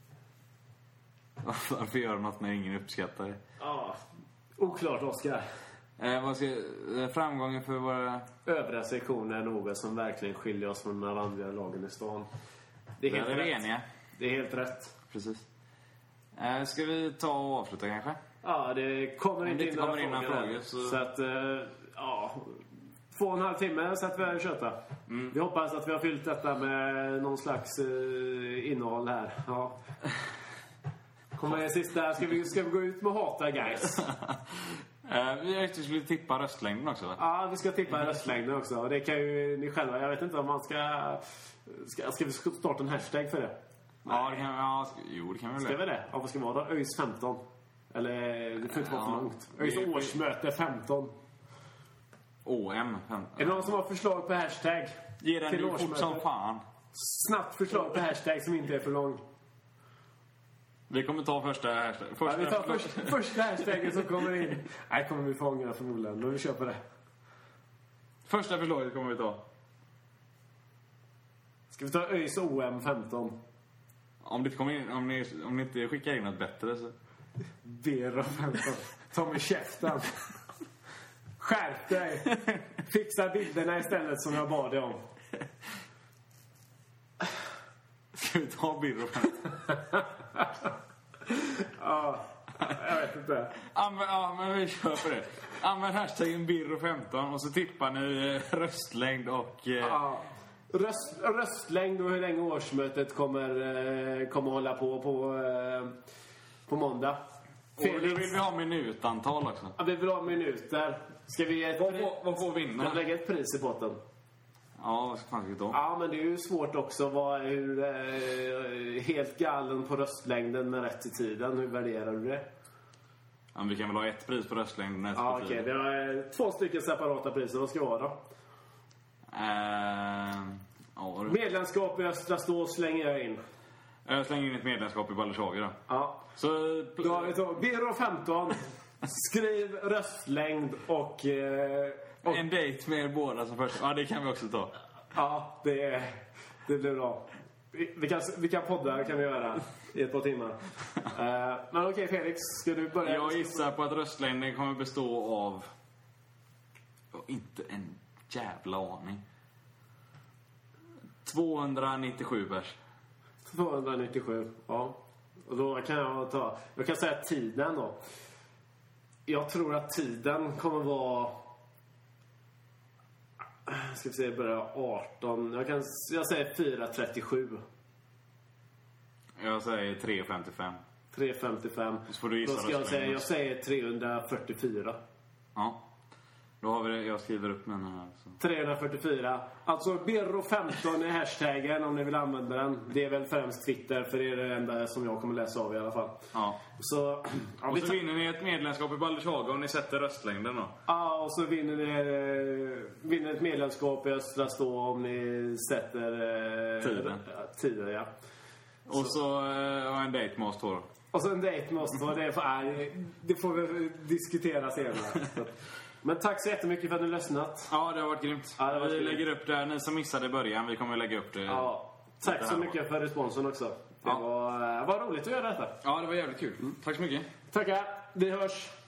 Varför gör de något när ingen uppskattar det? Ja. Oklart, Oskar. Framgången för våra övriga sektioner är något som verkligen skiljer oss från de andra lagen i stan. Det är helt rätt. Eniga. Det är helt rätt. Precis. Ska vi ta och avsluta kanske? Ja, det kommer inte in några frågor. Så att, 2,5 timme så att vi har köta. Vi hoppas att vi har fyllt detta med någon slags innehåll här. Ja. Kommer det sista. Ska vi gå ut med hata, guys? Vi skulle tippa röstlängden också, va? Ja, vi ska tippa röstlängden också. Det kan ju ni själva. Jag vet inte om man ska vi starta en hashtag för det? Ja, det kan vi. Jo, det kan vi väl. Ska vi det? Ja, vad ska vi vara då? ÖIS 15. Eller det får inte vara för långt. ÖIS årsmöte 15. OM 15. Är det någon som har förslag på hashtag? Ge den ju fort som fan. Snabbt förslag på hashtag som inte är för lång. Vi kommer ta första hashtag. Vi tar första hashtaggen som kommer in. Nej, kommer vi få ångra förmodligen. Då vi kör på det. Första förslaget kommer vi ta. Ska vi ta ÖIS OM 15? Om det kommer in, om ni inte skickar in något bättre så. Bero 15. Ta med käften. Skärp dig. Fixa bilderna istället som jag bad dig om. Ska vi ta Birro 15? Ja, jag vet inte. Men vi kör på det. Använd hashtaggen Birro 15 och så tippar ni röstlängd och... Ja. Röstlängd och hur länge årsmötet kommer hålla på måndag. Felix. Och nu vill vi ha minutantal också. Ja, vi vill ha minuter. Ska vi vad får vinna? Ska vi lägga ett pris i potten? Ja, vad ska man då? Ja, men det är ju svårt också helt galen på röstlängden med rätt i tiden. Hur värderar du det? Ja, vi kan väl ha ett pris på röstlängden och ett på tiden. Vi har 2 stycken separata priser. Vad ska vi ha då? Medlemskap i Östra Stå slänger jag in. Jag slänger in ett medlemskap i Baldershager då. Ja. Så då har vi Bero 15. Skriv röstlängd och en dejt med er båda som först. Ja, det kan vi också ta. Ja, det blir bra. Vi kan podda, kan vi göra i ett par timmar. Men okej, Felix, ska du börja? Jag gissar på att röstlängden kommer bestå av inte en jävla aning. 297 pers. 297, ja. Och då kan jag kan säga tiden då. Jag tror att tiden kommer vara, ska vi se, börja 18. Jag säger 4:37. Jag säger 3:55. 3:55. Så får du gissa. Då ska jag säger 344. Ja. Då har vi det, jag skriver upp den här. Så. 344. Alltså Birro 15 är hashtaggen om ni vill använda den. Det är väl främst Twitter, för det är det enda som jag kommer läsa av i alla fall. Ja. Så, och så vinner ni ett medlemskap i Baldershaga om ni sätter röstlängden då. Ja, och så vinner ett medlemskap i Östra Stå om ni sätter tiden, ja. Och så en dejt med oss två då. Och så en dejt med oss två. Det får vi diskutera senare. Men tack så jättemycket för att ni lyssnat. Ja, det har varit grymt. Ja, vi lägger upp det. Ni som missade i början, vi kommer lägga upp det. Ja, tack så mycket för responsen också. Det var roligt att göra detta. Ja, det var jävligt kul. Tack så mycket. Tackar. Vi hörs.